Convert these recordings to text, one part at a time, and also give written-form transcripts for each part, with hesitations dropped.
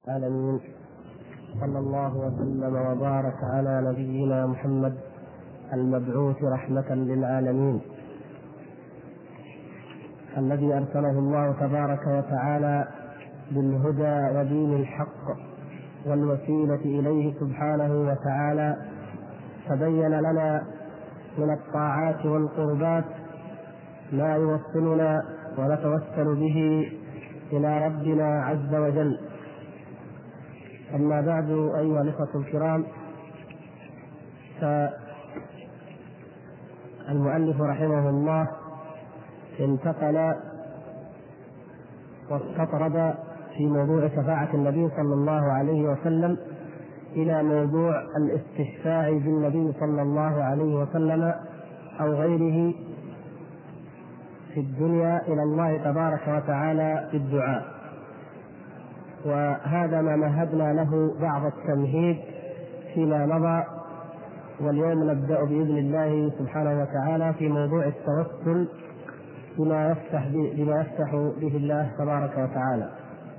العالمين. صلى الله وسلم وبارك على نبينا محمد المبعوث رحمة للعالمين، الذي أرسله الله تبارك وتعالى بالهدى ودين الحق والوسيلة إليه سبحانه وتعالى، فبين لنا من الطاعات والقربات ما يوصلنا ونتوسل به إلى ربنا عز وجل. أما بعد، أيها الإخوة الكرام، فالمؤلف رحمه الله انتقل واستطرد في موضوع شفاعة النبي صلى الله عليه وسلم إلى موضوع الاستشفاع بالنبي صلى الله عليه وسلم أو غيره في الدنيا إلى الله تبارك وتعالى في الدعاء، وهذا ما مهدنا له بعض التمهيد فيما مضى. واليوم نبدأ بإذن الله سبحانه وتعالى في موضوع التوسل بما يفتح به الله تبارك وتعالى.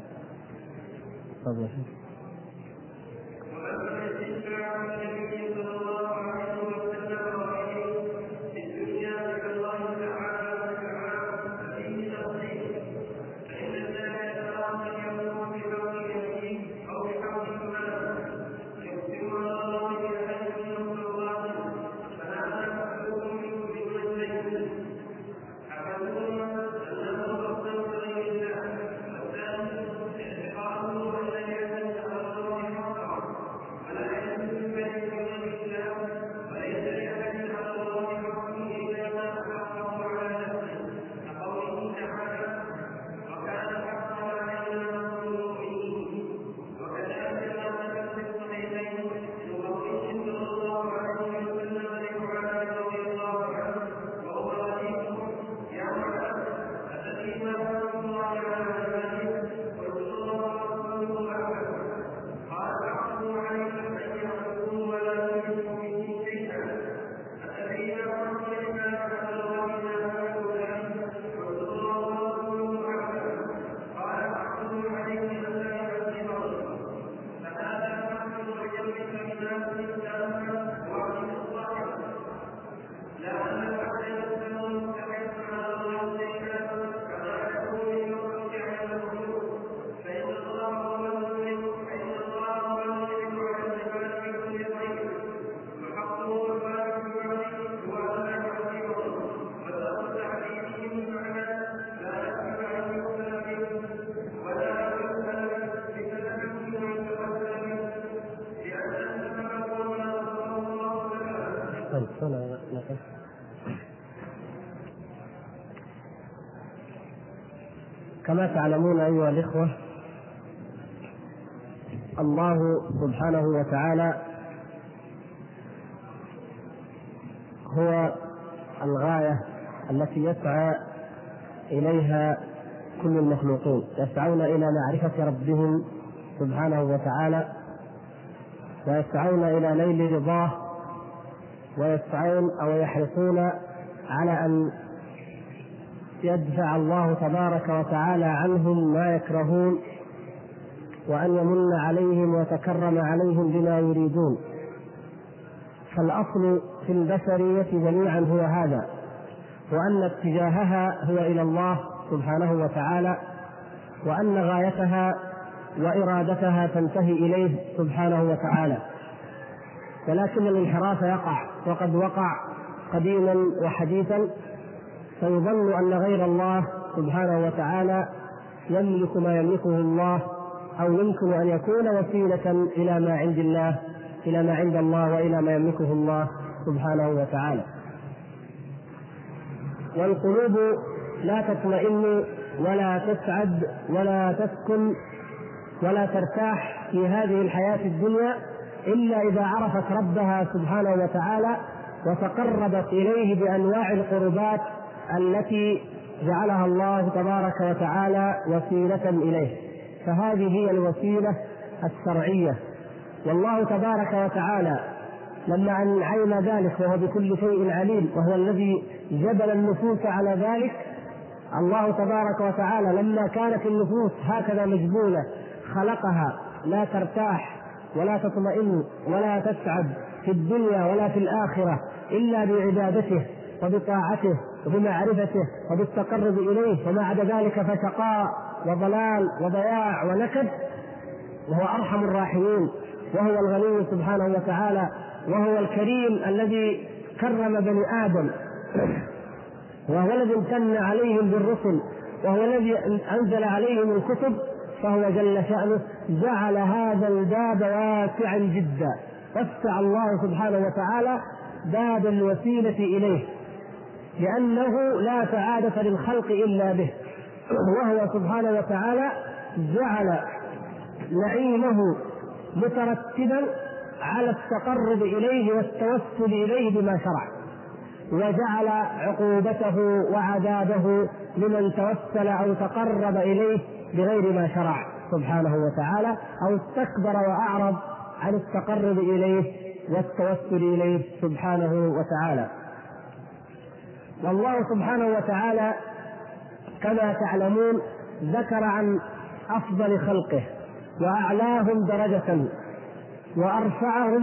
كما تعلمون أيها الإخوة، الله سبحانه وتعالى هو الغاية التي يسعى إليها كل المخلوقين، يسعون إلى معرفة ربهم سبحانه وتعالى، ويسعون إلى نيل رضاه، ويسعون أو يحرصون على أن يدفع الله تبارك وتعالى عنهم ما يكرهون، وأن يمن عليهم ويتكرم عليهم بما يريدون. فالأصل في البشرية جميعا هو هذا، وأن اتجاهها هو إلى الله سبحانه وتعالى، وأن غايتها وإرادتها تنتهي إليه سبحانه وتعالى. ولكن الانحراف يقع، وقد وقع قديما وحديثا، فيظن أن غير الله سبحانه وتعالى يملك ما يملكه الله، أو يمكن أن يكون وسيلة إلى ما عند الله، إلى ما عند الله وإلى ما يملكه الله سبحانه وتعالى. والقلوب لا تطمئن ولا تسعد ولا تسكن ولا ترتاح في هذه الحياة الدنيا إلا إذا عرفت ربها سبحانه وتعالى وتقربت إليه بأنواع القربات التي جعلها الله تبارك وتعالى وسيلة إليه. فهذه هي الوسيلة الشرعية. والله تبارك وتعالى لما علم ذلك وهو بكل شيء عليم، وهو الذي جبل النفوس على ذلك، الله تبارك وتعالى لما كانت النفوس هكذا مجبولة خلقها لا ترتاح ولا تطمئن ولا تسعد في الدنيا ولا في الآخرة إلا بعبادته وبطاعته وبمعرفته وبالتقرب إليه، وما عدا ذلك فشقاء وضلال وضياع ونكد. وهو أرحم الراحمين، وهو الغني سبحانه وتعالى، وهو الكريم الذي كرم بني آدم، وهو الذي امتن عليهم بالرسل، وهو الذي أنزل عليهم الكتب. فهو جل شأنه جعل هذا الباب واسعا جدا، وسع الله سبحانه وتعالى باب الوسيلة إليه، لأنه لا سعادة للخلق إلا به. وهو سبحانه وتعالى جعل نعيمه مترتبا على التقرب إليه والتوسل إليه بما شرع، وجعل عقوبته وعذابه لمن توسل أو تقرب إليه بغير ما شرع سبحانه وتعالى، أو استكبر وأعرض عن التقرب إليه والتوسل إليه سبحانه وتعالى. والله سبحانه وتعالى كما تعلمون ذكر عن أفضل خلقه وأعلاهم درجة وأرفعهم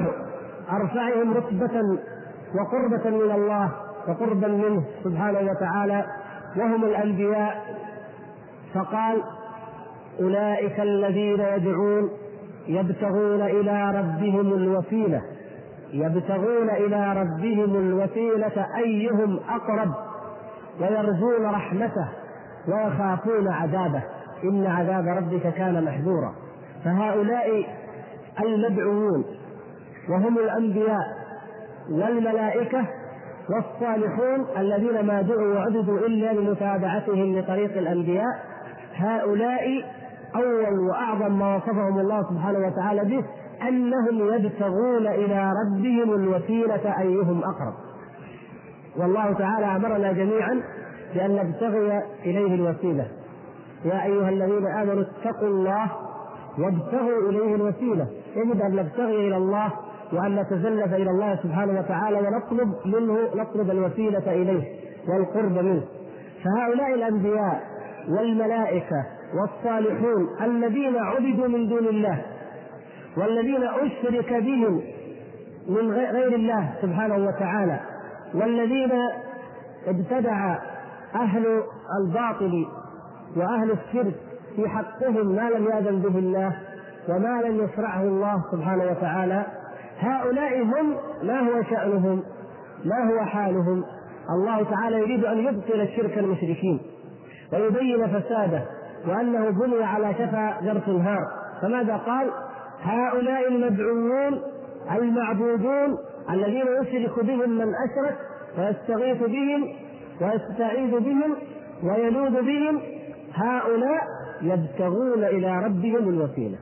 رتبة وقربة من الله وقربا منه سبحانه وتعالى، وهم الأنبياء. فقال: أولئك الذين يدعون يبتغون إلى ربهم الوسيلة أيهم أقرب ويرجون رحمته ويخافون عذابه إن عذاب ربك كان محذورا. فهؤلاء المدعوون وهم الأنبياء والملائكة والصالحون الذين ما دعوا وعبدوا إلا لمتابعتهم لطريق الأنبياء، هؤلاء أول وأعظم ما وصفهم الله سبحانه وتعالى به أنهم يبتغون إلى ربهم الوسيلة أيهم أقرب. والله تعالى أمرنا جميعا بأن نبتغي إليه الوسيلة: يا أيها الذين آمنوا اتقوا الله وابتغوا إليه الوسيلة. يجب أن نبتغي إلى الله وأن نتزلف إلى الله سبحانه وتعالى ونطلب الوسيلة إليه والقرب منه. فهؤلاء الأنبياء والملائكة والصالحون الذين عبدوا من دون الله والذين أشرك بهم من غير الله سبحانه وتعالى، والذين ابتدع أهل الباطل وأهل الشرك في حقهم ما لم يأذن به الله وما لم يشرعه الله سبحانه وتعالى، هؤلاء هم ما هو شأنهم، ما هو حالهم. الله تعالى يريد أن يبطل الشرك المشركين ويبين فساده وأنه بني على شفا جرف الهار. فماذا قال؟ هؤلاء المدعوون المعبودون الذين يشرك بهم من أشرك ويستغيث بهم ويستعيذ بهم ويلوذ بهم، هؤلاء يبتغون إلى ربهم الوسيلة،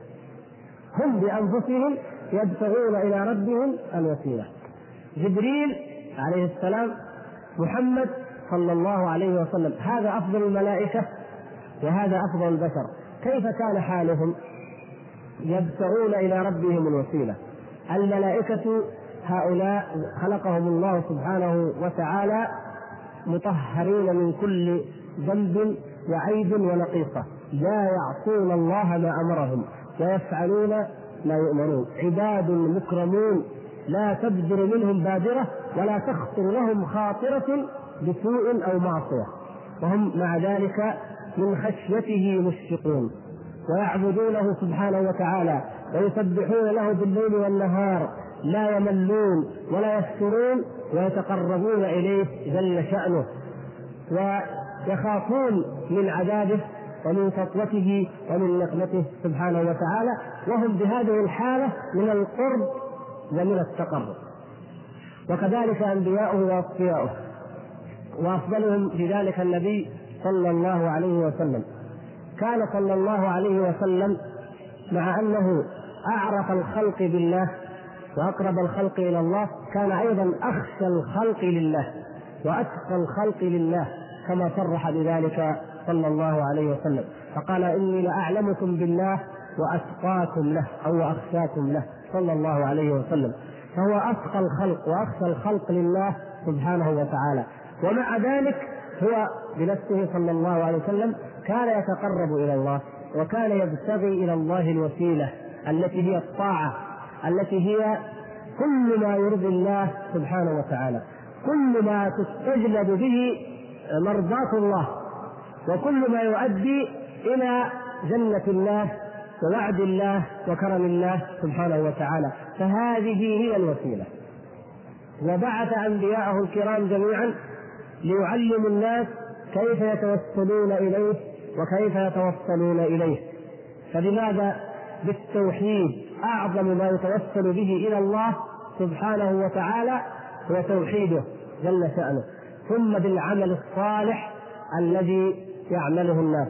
هم بأنفسهم يبتغون إلى ربهم الوسيلة. جبريل عليه السلام، محمد صلى الله عليه وسلم، هذا أفضل الملائكة وهذا أفضل البشر. كيف كان حالهم؟ يبتغون إلى ربهم الوسيلة. الملائكة هؤلاء خلقهم الله سبحانه وتعالى مطهرين من كل ذنب وعيب ونقيصة، لا يعصون الله ما أمرهم ويفعلون ما يؤمرون، عباد مكرمون لا تبدر منهم بادرة ولا تخطر لهم خاطرة بسوء أو معصية، وهم مع ذلك من خشيته مشفقون، ويعبدونه سبحانه وتعالى ويسبحون له بالليل والنهار، لا يملون ولا يفترون، ويتقربون إليه جل شأنه، ويخافون من عذابه ومن سطوته ومن نقمته سبحانه وتعالى، وهم بهذه الحالة من القرب ومن التقرب. وكذلك أنبياؤه وأصفياؤه، وأفضلهم في ذلك النبي صلى الله عليه وسلم. كان صلى الله عليه وسلم مع أنه أعرف الخلق بالله وأقرب الخلق إلى الله، كان أيضا أخشى الخلق لله وأتقى الخلق لله، كما صرح بذلك صلى الله عليه وسلم، فقال: إني لأعلمكم بالله وأتقاكم له أو أخشاكم له صلى الله عليه وسلم. فهو أتقى الخلق وأخشى الخلق لله سبحانه وتعالى، ومع ذلك هو بنفسه صلى الله عليه وسلم كان يتقرب إلى الله وكان يبتغي إلى الله الوسيلة التي هي الطاعة، التي هي كل ما يرضي الله سبحانه وتعالى، كل ما تستجلب به مرضاة الله، وكل ما يؤدي إلى جنة الله ووعد الله وكرم الله سبحانه وتعالى. فهذه هي الوسيلة. وبعث أنبياءه الكرام جميعا ليعلموا الناس كيف يتوسلون إليه وكيف يتوصلون إليه. فلماذا؟ بالتوحيد. أعظم ما يتوسل به إلى الله سبحانه وتعالى هو توحيده جل شأنه، ثم بالعمل الصالح الذي يعمله الناس.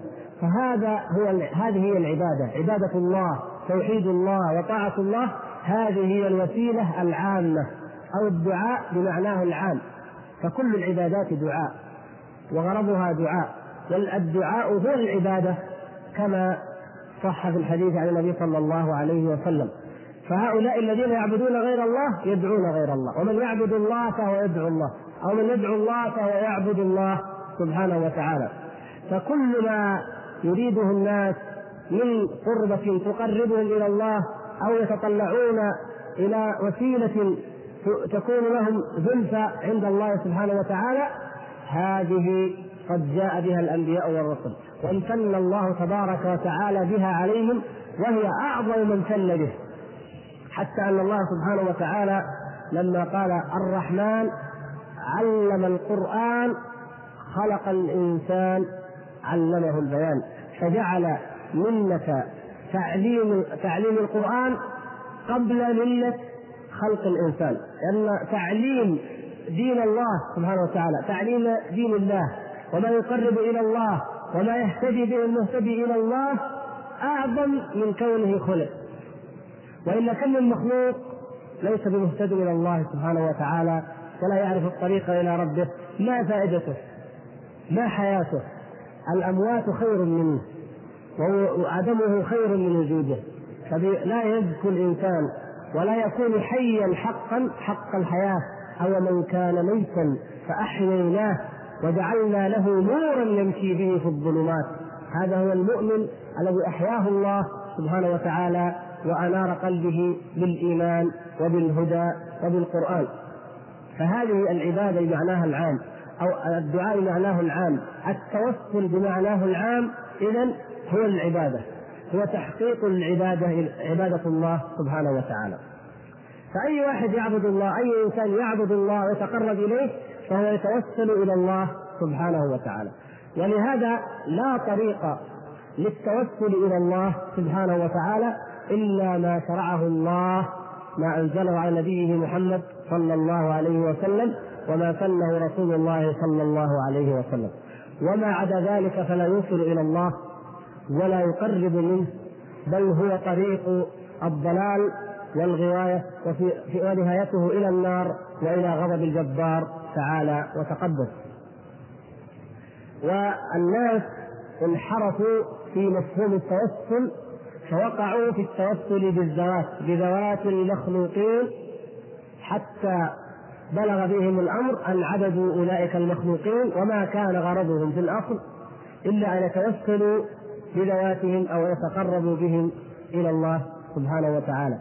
هذه هي العبادة، عبادة الله، توحيد الله وطاعة الله. هذه هي الوسيلة العامة، أو الدعاء بمعناه العام. فكل العبادات دعاء وغرضها دعاء، والدعاء هو العبادة كما صح في الحديث عن النبي صلى الله عليه وسلم. فهؤلاء الذين يعبدون غير الله يدعون غير الله، ومن يعبد الله فهو يدعو الله، أو من يدعو الله فهو يعبد الله سبحانه وتعالى. فكل ما يريده الناس من قربة تقربهم إلى الله، أو يتطلعون إلى وسيلة تكون لهم زلفى عند الله سبحانه وتعالى، هذه قد جاء بها الأنبياء والرسل، وامتن الله تبارك وتعالى بها عليهم، وهي أعظم من امتن به. حتى أن الله سبحانه وتعالى لما قال الرحمن علم القرآن خلق الإنسان علمه البيان، فجعل منة تعليم القرآن قبل منة خلق الإنسان، لأن تعليم دين الله سبحانه وتعالى، تعليم دين الله وما يقرب إلى الله وما يهتدي به المهتدي إلى الله أعظم من كونه خلق. وإلا كم من مخلوق ليس بمهتد إلى الله سبحانه وتعالى ولا يعرف الطريق إلى ربه، ما فائدته؟ ما حياته؟ الأموات خير منه وعدمه خير من وجوده. فلا يزكو الإنسان ولا يكون حيا حقا حق الحياة. أو من كان ميتا فأحييناه وجعلنا له نورا يمشي به في الظلمات. هذا هو المؤمن الذي أحياه الله سبحانه وتعالى وأنار قلبه بالإيمان وبالهدى وبالقرآن. فهذه العبادة بمعناها العام، أو الدعاء بمعناه العام، التوسل بمعناه العام. إذن هو العبادة، هو تحقيق العبادة، عبادة الله سبحانه وتعالى. فأي واحد يعبد الله، أي إنسان يعبد الله ويتقرب إليه، فهو يتوسل إلى الله سبحانه وتعالى. ولهذا لا طريق للتوسل إلى الله سبحانه وتعالى إلا ما شرعه الله، ما أنزله على نبيه محمد صلى الله عليه وسلم، وما سنه رسول الله صلى الله عليه وسلم. وما عدا ذلك فلا يوصل إلى الله ولا يقرب منه، بل هو طريق الضلال والغواية، ونهايته إلى النار وإلى غضب الجبار تعالى وتقدس. والناس انحرفوا في مفهوم التوسل، فوقعوا في التوسل بذوات المخلوقين، حتى بلغ بهم الأمر أن عبدوا أولئك المخلوقين، وما كان غرضهم في الأصل إلا أن يتوسلوا بذواتهم أو يتقربوا بهم إلى الله سبحانه وتعالى.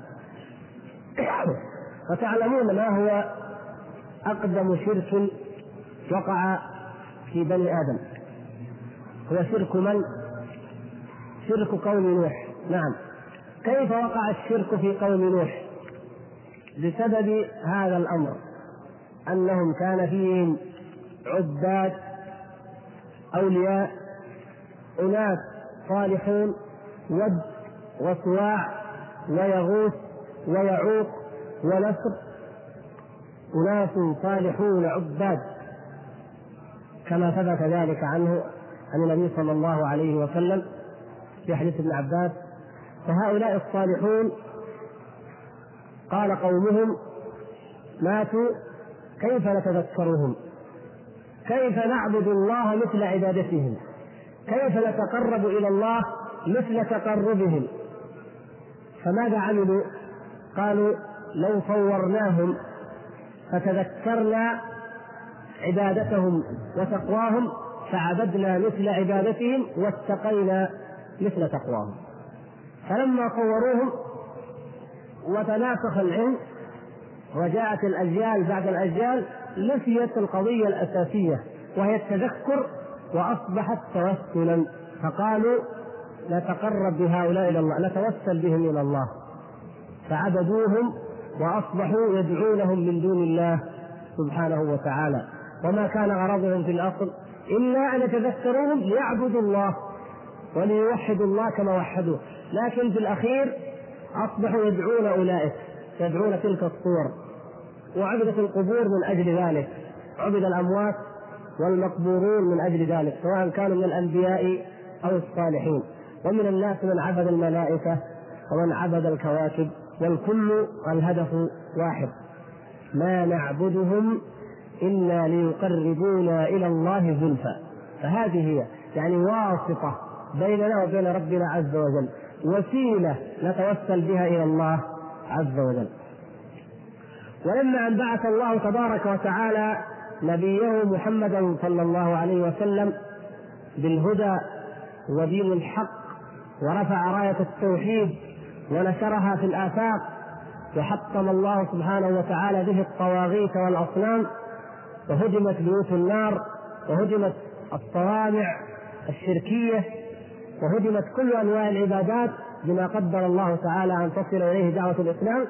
وتعلمون ما هو أقدم شرك وقع في بني آدم؟ هو شرك من؟ شرك قوم نوح. نعم. كيف وقع الشرك في قوم نوح؟ بسبب هذا الأمر، أنهم كان فيهم عباد أولياء، أناس صالحون، ود وسواع ويغوث ويعوق ونسر، أناس صالحون عباد، كما ثبت ذلك عنه عن النبي صلى الله عليه وسلم في حديث ابن عباس. فهؤلاء الصالحون قال قومهم ماتوا، كيف نتذكرهم؟ كيف نعبد الله مثل عبادتهم؟ كيف نتقرب إلى الله مثل تقربهم؟ فماذا عملوا؟ قالوا لو صورناهم فتذكرنا عبادتهم وتقواهم فعبدنا مثل عبادتهم واتقينا مثل تقواهم. فلما صوروهم وتناسخ العلم وجاءت الأجيال بعد الأجيال نسيت القضية الأساسية وهي التذكر وأصبحت توسلا، فقالوا نتقرب بهؤلاء إلى الله، نتوسل بهم إلى الله، فعبدوهم وأصبحوا يدعونهم من دون الله سبحانه وتعالى، وما كان غرضهم في الأصل إلا أن يتذكروهم ليعبدوا الله وليوحدوا الله كما وحدوه، لكن في الأخير أصبحوا يدعون أولئك، يدعون تلك الصور، وعبدت القبور من أجل ذلك، عبد الأموات والمقبورون من أجل ذلك، سواء كانوا من الأنبياء أو الصالحين. ومن الناس من عبد الملائكة ومن عبد الكواكب، والكل الهدف واحد، ما نعبدهم إلا ليقربونا إلى الله زلفى. فهذه هي يعني واسطة بيننا وبين ربنا عز وجل، وسيلة نتوسل بها إلى الله عز وجل. ولما أن بعث الله تبارك وتعالى نبيه محمدا صلى الله عليه وسلم بالهدى ودين الحق، ورفع راية التوحيد ونشرها في الآفاق، وحطم الله سبحانه وتعالى به الطواغيت والأصنام، وهدمت بيوت النار، وهدمت الصوامع الشركية، وهدمت كل أنواع العبادات بما قدر الله تعالى أن تصل إليه دعوة الإسلام،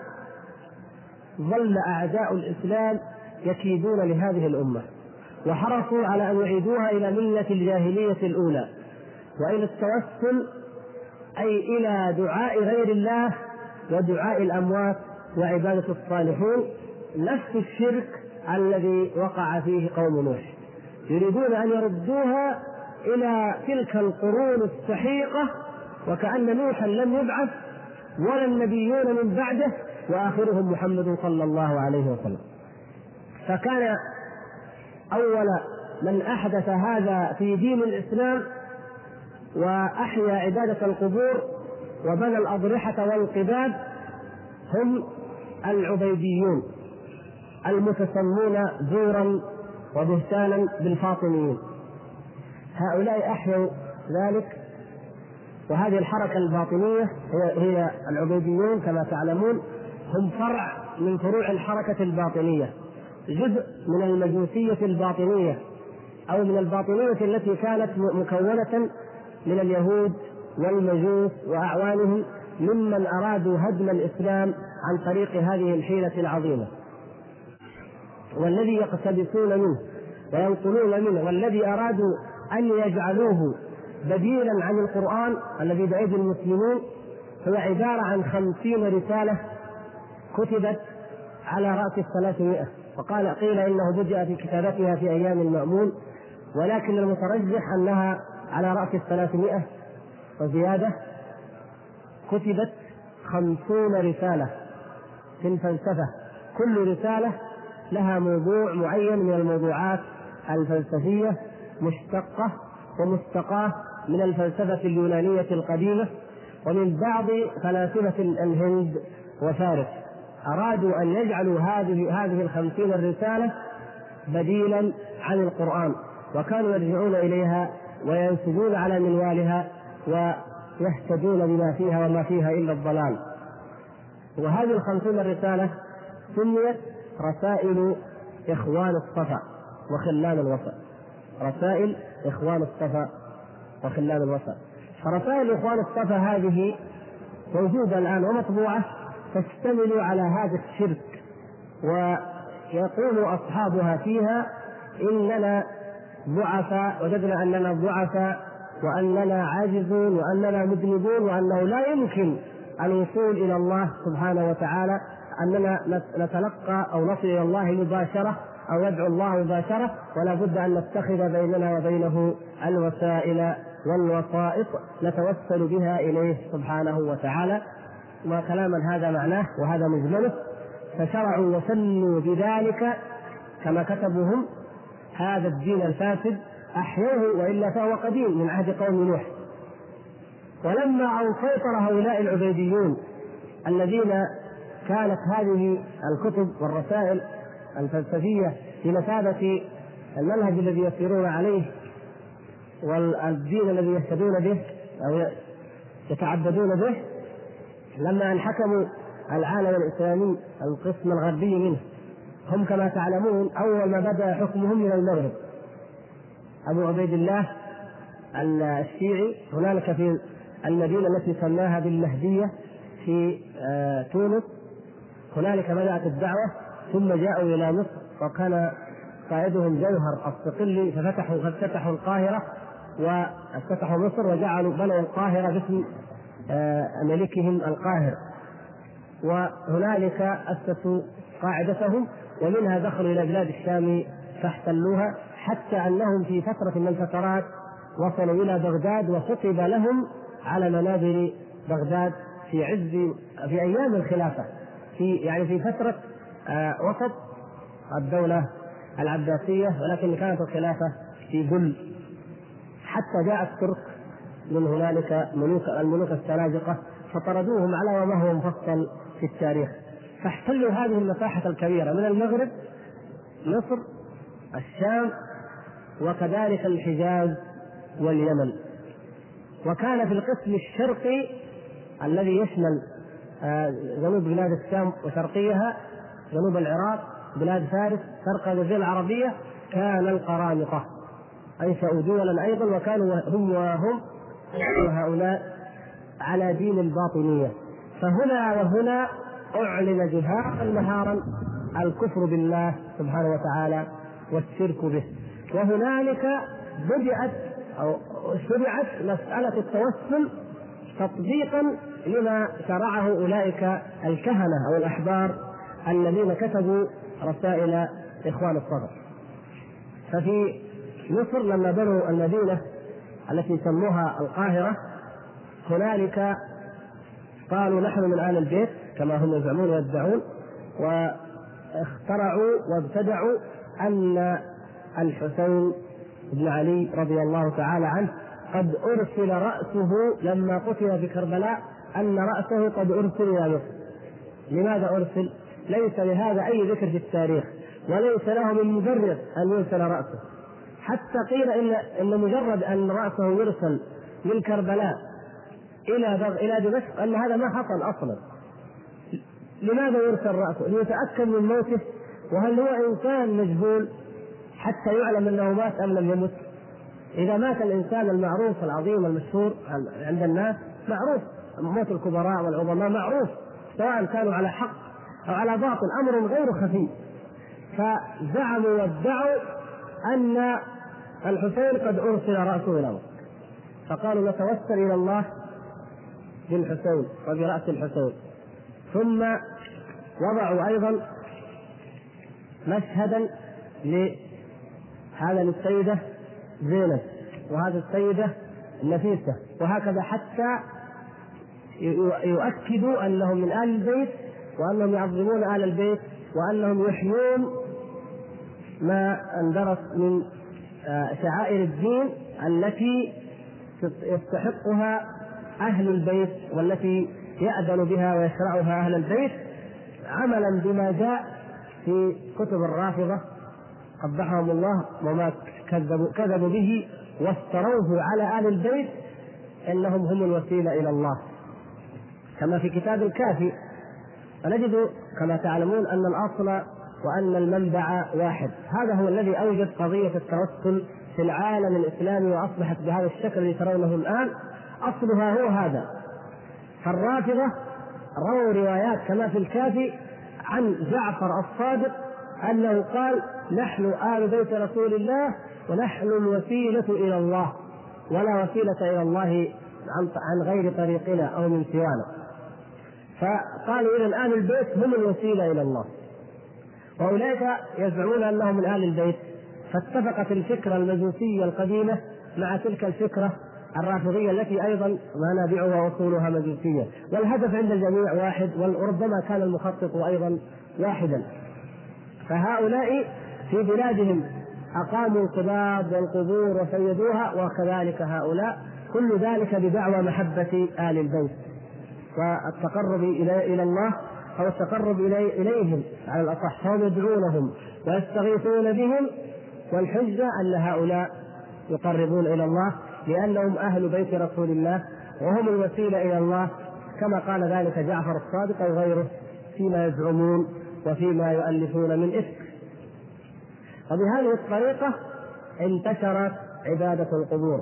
ظل أعداء الإسلام يكيدون لهذه الأمة، وحرصوا على أن يعيدوها إلى ملة الجاهلية الأولى، وإلى التوسل أي إلى دعاء غير الله ودعاء الأموات وعبادة الصالحين، نفس الشرك الذي وقع فيه قوم نوح. يريدون أن يردوها إلى تلك القرون السحيقة، وكأن نوحا لم يبعث ولا النبيون من بعده، وآخرهم محمد صلى الله عليه وسلم. فكان أول من أحدث هذا في دين الإسلام وأحيا عبادة القبور وبنى الأضرحة والقباب هم العبيديون المتسمون زورا وبهتانا بالفاطميين. هؤلاء أحيوا ذلك، وهذه الحركة الباطنية هي العبيديون كما تعلمون، هم فرع من فروع الحركة الباطنية، جزء من المجوسية الباطنية أو من الباطنية التي كانت مكونة من اليهود والمجوس وأعوانهم ممن أرادوا هدم الإسلام عن طريق هذه الحيلة العظيمة، والذي يقتبسون منه وينقلون منه، والذي أرادوا أن يجعلوه بديلا عن القرآن الذي بأيدي المسلمين، هو عبارة عن 50 رسالة كتبت على رأس 300، قيل إنه بدأ في كتابتها في أيام المأمون، ولكن المترجح أنها على رأس 300 وزيادة. كتبت 50 رسالة في الفلسفة، كل رسالة لها موضوع معين من الموضوعات الفلسفية، مشتقة ومستقاة من الفلسفة اليونانية القديمة ومن بعض فلاسفة الهند وفارس. أرادوا أن يجعلوا هذه 50 الرسالة بديلا عن القرآن، وكانوا يرجعون إليها وينسجون على منوالها ويهتدون بما فيها وما فيها إلا الضلال. وهذه 50 الرسالة سميت رسائل إخوان الصفا وخلان الوفا، رسائل إخوان الصفا وخلان الوفا. فرسائل إخوان الصفا هذه موجودة الآن ومطبوعة، تشتمل على هذا الشرك، ويقول أصحابها فيها إننا ضعفاء، وجدنا أننا ضعفاء وأننا عاجزون وأننا مذنبون، وأنه لا يمكن الوصول إلى الله سبحانه وتعالى، أننا نتلقى أو نصل إلى الله مباشرة أو ندعو الله مباشرة، ولا بد أن نتخذ بيننا وبينه الوسائل والوسائط نتوسل بها إليه سبحانه وتعالى. وكلاما هذا معناه وهذا مجمله. فشرعوا وسنوا بذلك كما كتبوا هم هذا الدين الفاسد، أحيوه وإلا فهو قديم من عهد قوم نوح. ولما أن سيطر هؤلاء العبيديون الذين كانت هذه الكتب والرسائل الفلسفية بمثابة المنهج الذي يسيرون عليه والدين الذي يهتدون به أو يتعبدون به. لما أن حكموا العالم الإسلامي القسم الغربي منه، هم كما تعلمون أول ما بدأ حكمهم من المغرب. أبو عبيد الله الشيعي هنالك في المدينة التي سماها بالمهدية في تونس، هنالك بدأت الدعوة، ثم جاءوا إلى مصر وكان قائدهم جوهر الصقلي، ففتحوا القاهرة وافتتحوا مصر وجعلوا بنوا القاهرة باسم ملكهم القاهر، وهنالك أسسوا قاعدتهم، ومنها دخلوا إلى بلاد الشام فاحتلوها، حتى أنهم في فترة من الفترات وصلوا إلى بغداد وخطب لهم على منابر بغداد في أيام الخلافة، في فترة وسط الدولة العباسية، ولكن كانت الخلافة في بل، حتى جاء الترك من هنالك الملوك السلاجقة فطردوهم على وما هو مفصل في التاريخ. فاحتلوا هذه المساحة الكبيرة من المغرب، مصر، الشام، وكذلك الحجاز واليمن. وكان في القسم الشرقي الذي يشمل جنوب بلاد الشام وشرقيها، جنوب العراق، بلاد فارس، شرق الجزيرة العربية، كان القرامطة أنشأوا دولا أيضا، وكانوا هم هؤلاء على دين الباطنية. فهنا وهنا أعلن جهارا نهارا الكفر بالله سبحانه وتعالى والشرك به. وهنالك شرعت مسألة التوسل تطبيقا لما شرعه أولئك الكهنة أو الأحبار الذين كتبوا رسائل إخوان الصغر. ففي مصر لما بنوا المدينة التي سموها القاهرة، هنالك قالوا نحن من آل البيت كما هم يزعمون ويدعون، واخترعوا وابتدعوا أن الحسين بن علي رضي الله تعالى عنه قد أرسل رأسه لما قتل في كربلاء، أن رأسه قد أرسل إلى مصر. لماذا أرسل؟ ليس لهذا أي ذكر في التاريخ، وليس له من مبرر أن يرسل رأسه. حتى قيل إن مجرد أن رأسه يرسل من كربلاء إلى دمشق أن هذا ما حصل أصلا. لماذا يرسل رأسه؟ ليتأكد من موته، وهل هو إنسان مجهول حتى يعلم أنه مات أم لم يمت؟ إذا مات الإنسان المعروف العظيم المشهور عند الناس، معروف موت الكبراء والعظماء معروف، سواء كانوا على حق أو على باطل، أمر غير خفي. فزعموا وادعوا أن الحسين قد أرسل رأسه إلى مصر، فقالوا نتوسل إلى الله بالحسين وبرأس الحسين. ثم وضعوا أيضا مشهدا لهذا السيدة زينب وهذا السيدة نفيسة، وهكذا حتى يؤكدوا أنهم من آل البيت، وأنهم يعظمون آل البيت، وأنهم يحيون ما اندرس من شعائر الدين التي يستحقها أهل البيت والتي يأذن بها ويشرعها أهل البيت، عملا بما جاء في كتب الرافضة قبحهم الله وما كذبوا به وافتروه على آل البيت إنهم هم الوسيلة إلى الله. كما في كتاب الكافي، فنجد كما تعلمون أن الأصل وأن المنبع واحد. هذا هو الذي أوجد قضية التوسل في العالم الإسلامي، وأصبحت بهذا الشكل الذي ترونه الآن. أصلها هو هذا. فالرافضة رووا روايات كما في الكافي عن جعفر الصادق أنه قال نحن آل بيت رسول الله ونحن الوسيلة إلى الله، ولا وسيلة إلى الله عن غير طريقنا أو من سوانا. فقالوا إذن آل البيت هم الوسيلة إلى الله، وأولئك يزعمون أنهم من آل البيت. فاتفقت الفكرة المجوسية القديمة مع تلك الفكرة الرافضية التي أيضا منابعها وأصولها مجوسية، والهدف عند الجميع واحد، وربما كان المخطط أيضا واحدا. فهؤلاء في بلادهم أقاموا القباب والقبور وسيدوها، وكذلك هؤلاء، كل ذلك بدعوى محبة آل البيت والتقرب إلى الله أو التقرب إليهم على الأصح، فهم يدعونهم ويستغيثون بهم، والحجة أن هؤلاء يقربون إلى الله لأنهم أهل بيت رسول الله وهم الوسيلة إلى الله، كما قال ذلك جعفر الصادق أو غيره فيما يزعمون وفيما يؤلفون من إفك. وبهذه الطريقة انتشرت عبادة القبور.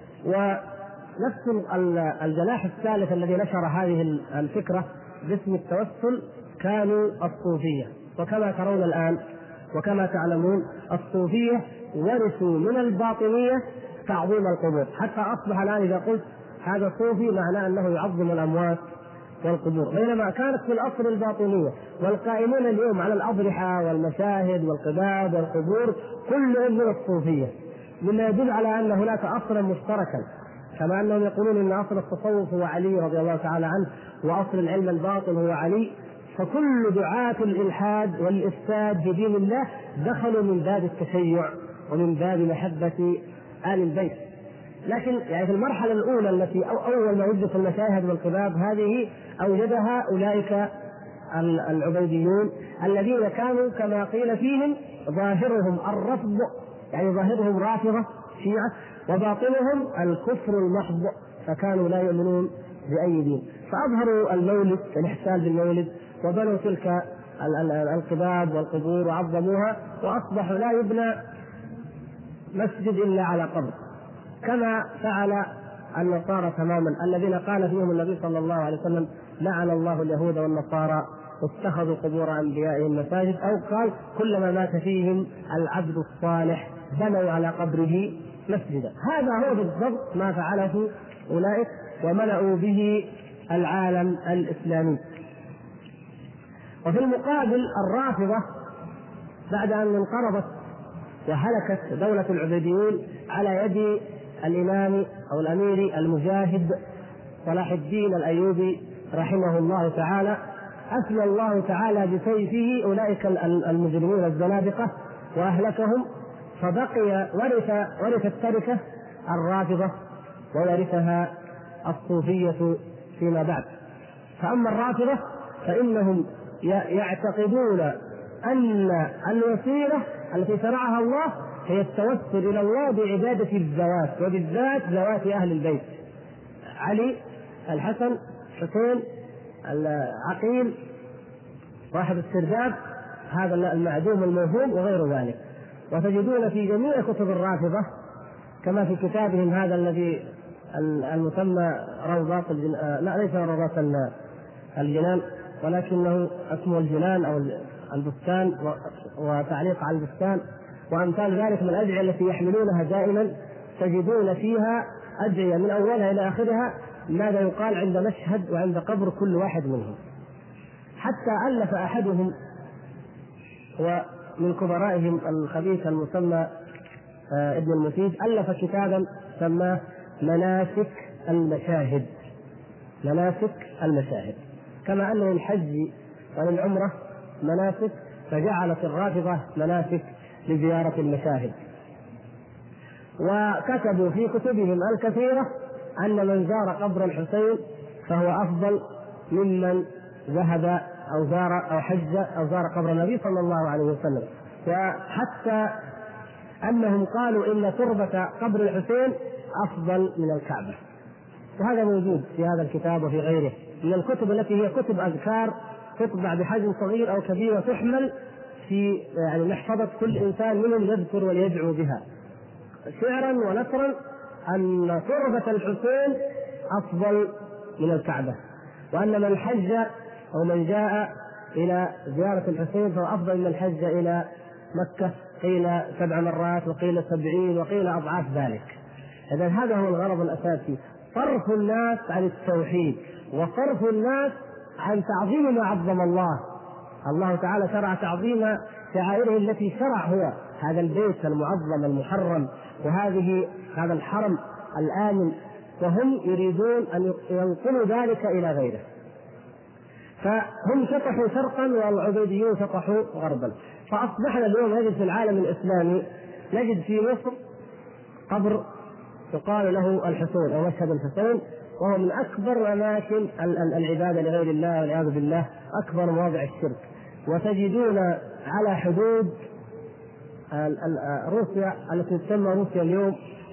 ونفس الجناح الثالث الذي نشر هذه الفكرة باسم التوسل كانوا الصوفية. وكما ترون الآن وكما تعلمون الصوفية ورثوا من الباطنية تعظيم القبور، حتى أصبح الآن إذا قلت هذا صوفي معناه أنه يعظم الأموات والقبور، بينما كانت في الأصل الباطنية. والقائمون اليوم على الأضرحة والمشاهد والقباب والقبور كلهم من الصوفية، مما يدل على أن هناك أصلا مشتركا، كما أنهم يقولون أن أصل التصوف هو علي رضي الله تعالى عنه، وأصل العلم الباطن هو علي. فكل دعاة الإلحاد والإفساد في دين الله دخلوا من باب التشيع ومن باب محبة آل البيت. لكن يعني في المرحلة الأولى التي أول ما وجدت المشاهد والقباب هذه أوجدها أولئك العبيديون الذين كانوا كما قيل فيهم ظاهرهم الرفض، يعني ظاهرهم رافضة شيعة، وباطنهم الكفر المحض، فكانوا لا يؤمنون بأي دين. فأظهروا المولد الاحتفال بالمولد وبنوا تلك القباب والقبور وعظموها، وأصبحوا لا يبنى مسجد إلا على قبر، كما فعل النصارى تماما الذين قال فيهم النبي صلى الله عليه وسلم لعن الله اليهود والنصارى اتخذوا قبور أنبيائهم مساجد، أو قال كلما مات فيهم العبد الصالح بنوا على قبره مسجدا. هذا هو بالضبط ما فعله أولئك وملأوا به العالم الإسلامي. وفي المقابل الرافضة بعد أن انقرضت وهلكت دولة العبيديون على يد الإمام أو الأمير المجاهد صلاح الدين الأيوبي رحمه الله تعالى، أثنى الله تعالى بسيفه أولئك المجرمين الزنادقة وأهلكهم، فبقي ورث التركة الرافضة وورثها الصوفية فيما بعد. فأما الرافضة فإنهم يعتقدون أن الوسيلة التي شرعها الله هي التوسل إلى الله بعبادة الذوات، وبالذات ذوات أهل البيت، علي، الحسن، حسين، العقيل، صاحب السرداب، هذا المعدوم الموهوم وغير ذلك. وتجدون في جميع كتب الرافضة كما في كتابهم هذا الذي المسمى روضات لا ليس روضات الجنان ولكنه اسمه الجنان أو البستان وتعليق على البستان وأمثال ذلك من الأدعية التي يحملونها دائما، تجدون فيها أدعية من أولها إلى آخرها ماذا يقال عند مشهد وعند قبر كل واحد منهم. حتى ألف أحدهم ومن كبرائهم الخبيث المسمى ابن المفيد ألف كتابا سماه مناسك المشاهد. مناسك المشاهد، كما أن للحج وللعمرة مناسك، فجعلت الرافضة مناسك لزيارة المشاهد. وكتبوا في كتبهم الكثيرة أن من زار قبر الحسين فهو أفضل ممن ذهب أو زار أو حج أو زار قبر النبي صلى الله عليه وسلم. وحتى أنهم قالوا إن تربة قبر الحسين أفضل من الكعبة. وهذا موجود في هذا الكتاب وفي غيره من الكتب التي هي كتب أذكار تطبع بحجم صغير أو كبير وتحمل في يعني محفظة كل إنسان منهم يذكر ويدعو بها شعرا ونثرا أن تربة الحسين أفضل من الكعبة، وأن من حج أو من جاء إلى زيارة الحسين فهو أفضل من الحج إلى مكة، قيل 7 مرات وقيل 70 وقيل أضعاف ذلك. إذن هذا هو الغرض الأساسي، صرف الناس عن التوحيد وصرف الناس عن تعظيم ما عظم الله. الله تعالى شرع تعظيم شعائره التي شرع هو هذا البيت المعظم المحرم هذا الحرم الآمن، وهم يريدون أن ينقلوا ذلك إلى غيره. فهم شطحوا شرقا والعبيديون شطحوا غربا. فأصبحنا اليوم نجد في العالم الإسلامي نجد في مصر قبر يقال له الحسين أو مشهد الحسين، وهو من أكبر أماكن العبادة لغير الله والعياذ بالله، أكبر مواضع الشرك. وتجدون على حدود روسيا التي تسمى روسيا اليوم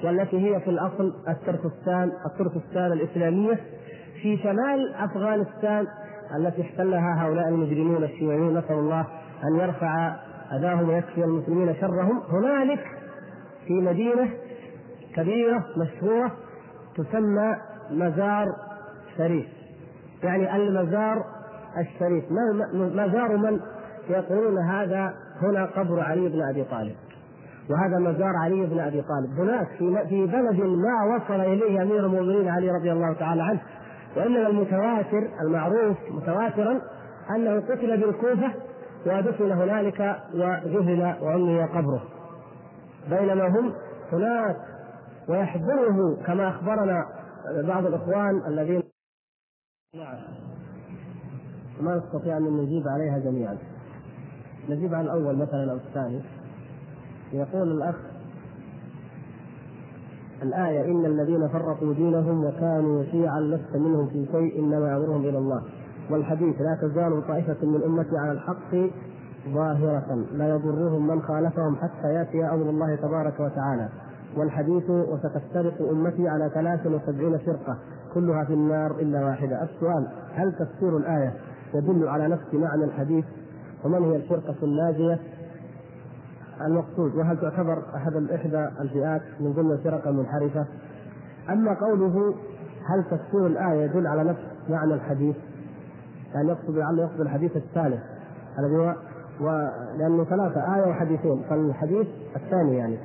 والتي هي في الأصل التركستان الإسلامية في شمال أفغانستان التي احتلها هؤلاء المجرمون الشيوعيون، نسأل الله أن يرفع أذاهم ويكفي المسلمين شرهم. هنالك في مدينة كبيرة مشهورة تسمى مزار شريف، يعني المزار الشريف. مزار من؟ يقولون هذا هنا قبر علي بن أبي طالب، وهذا مزار علي بن أبي طالب هناك في بلد ما وصل إليه أمير المؤمنين علي رضي الله تعالى عنه، وإنما المتواتر المعروف متواترا أنه قتل بالكوفة ودفن هنالك وجهل وعمي قبره، بينما هم هناك ويحضره كما أخبرنا بعض الإخوان الذين ما نستطيع أن نجيب عليها جميعا. نجيب على الأول مثلا أو الثاني. يقول الأخ: الآية إن الذين فرقوا دينهم وكانوا شيعا لست منهم في شيء إنما أمرهم إلى الله، والحديث لا تزال طائفة من أمتي على الحق ظاهرة لا يضرهم من خالفهم حتى يأتي أمر الله تبارك وتعالى، والحديث وستفترق أمتي على 73 فرقة كلها في النار إلا واحدة. السؤال: هل تفسير الآية يدل على نفس معنى الحديث؟ ومن هي الفرقة الناجية المقصود؟ وهل تعتبر إحدى الفئات من ضمن الفرق المنحرفة؟ أما قوله هل تفسير الآية يدل على نفس معنى الحديث، يعني يقصد الحديث الثالث الذي هو لأنه ثلاثة آية وحديثين، فالحديث الثاني يعني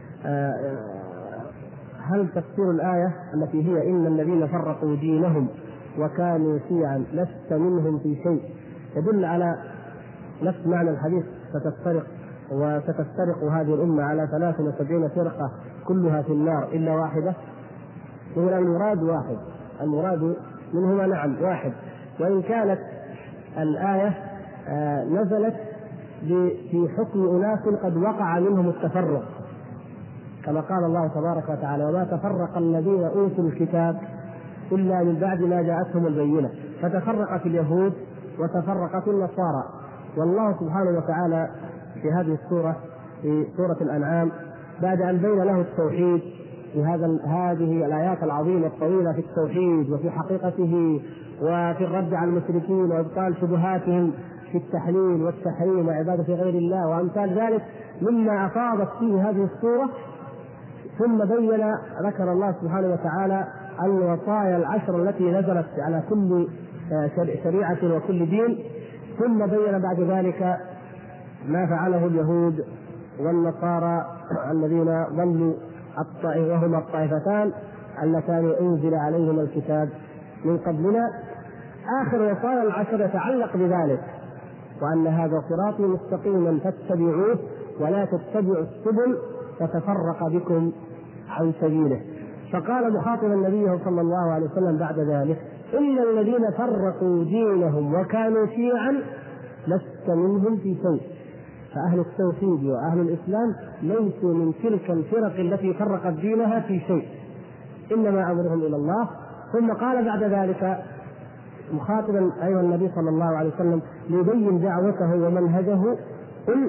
هل تفسير الآية التي هي إن الذين فرقوا دينهم وكانوا شيعا لست منهم في شيء يدل على نفس معنى الحديث وستفترق هذه الأمة على 73 فرقة كلها في النار إلا واحدة؟ يقول المراد واحد، المراد منهما نعم واحد، وإن كانت الآية نزلت في حكم أناس قد وقع منهم التفرق، كما قال الله تبارك وتعالى: وما تفرق الذين أوتوا الكتاب إلا من بعد ما جاءتهم البينة، فتفرقت اليهود وتفرقت النصارى. والله سبحانه وتعالى في هذه السورة، في سورة الأنعام، بعد أن بين له التوحيد في هذه الآيات العظيمة الطويلة في التوحيد وفي حقيقته وفي الرد على المشركين وإبطال شبهاتهم في التحليل والتحريم وعبادة غير الله وأمثال ذلك مما أفاضت فيه هذه السورة، ثم ذكر الله سبحانه وتعالى الوصايا العشر التي نزلت على كل شريعة وكل دين، ثم بين بعد ذلك ما فعله اليهود والنصارى الذين ضلوا وهما الطائفتان اللتان أنزل عليهما الكتاب من قبلنا. آخر وصايا العشر يتعلق بذلك، وأن هذا صراطي مستقيما فاتبعوه ولا تتبعوا السبل فتفرق بكم عن سبيله. فقال مخاطبا النبي صلى الله عليه وسلم بعد ذلك: إن الذين فرقوا دينهم وكانوا شيعا لست منهم في شيء. فأهل التوحيد وأهل الإسلام ليسوا من تلك الفرق التي فرقت دينها في شيء، إنما أمرهم إلى الله. ثم قال بعد ذلك مخاطبا أيها النبي صلى الله عليه وسلم ليبين دعوته ومنهجه: قل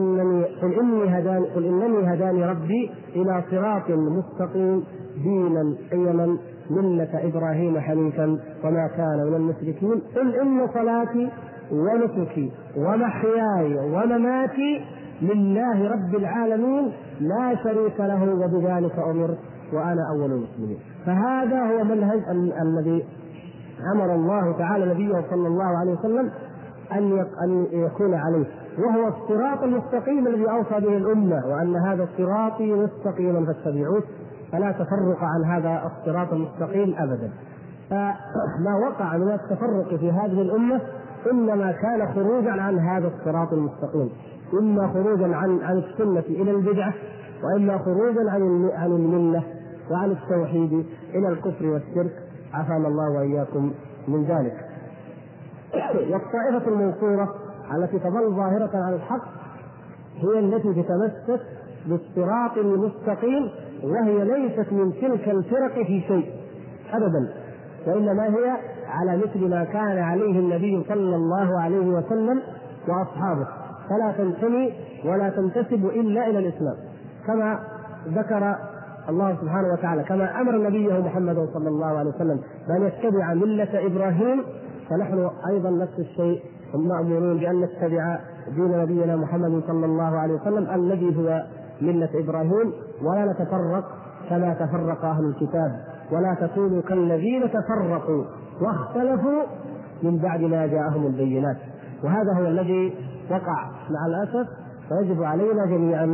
إنني هداني ربي إلى صراط مستقيم دينا قيما ملة إبراهيم حنيفا وما كان من المشركين. قل إن صلاتي ونسكي ومحياي ومماتي لله رب العالمين لا شريك له وبذلك أمرت وأنا أول المسلمين. فهذا هو منهج الذي أمر الله تعالى نبيه صلى الله عليه وسلم أن يكون عليه، وهو الصراط المستقيم الذي أوصى به الأمة، وأن هذا صراطي مستقيما فاتبعوه فلا تفرق عن هذا الصراط المستقيم أبدا. فما وقع من التفرق في هذه الأمة إنما كان خروجا عن هذا الصراط المستقيم، إما خروجا عن السنة إلى البدعة، وإما خروجا عن الملة وعن التوحيد إلى الكفر والشرك، عافانا الله وإياكم من ذلك. والطائفة المنصورة التي تظل ظاهرة على الحق هي التي تتمسك بالصراط المستقيم، وهي ليست من تلك الفرق في شيء أبدا، وإنما هي على مثل ما كان عليه النبي صلى الله عليه وسلم وأصحابه، فلا تنتمي ولا تنتسب إلا إلى الإسلام، كما ذكر الله سبحانه وتعالى كما أمر نبيه محمد صلى الله عليه وسلم بأن يتبع ملة إبراهيم، فنحن أيضا نفس الشيء مأمورون بأن نتبع دين نبينا محمد صلى الله عليه وسلم الذي هو ملة إبراهيم، ولا نتفرق كما تفرق أهل الكتاب، ولا تكونوا كالذين تفرقوا واختلفوا من بعد ما جاءهم البينات. وهذا هو الذي وقع مع الأسف، ويجب علينا جميعا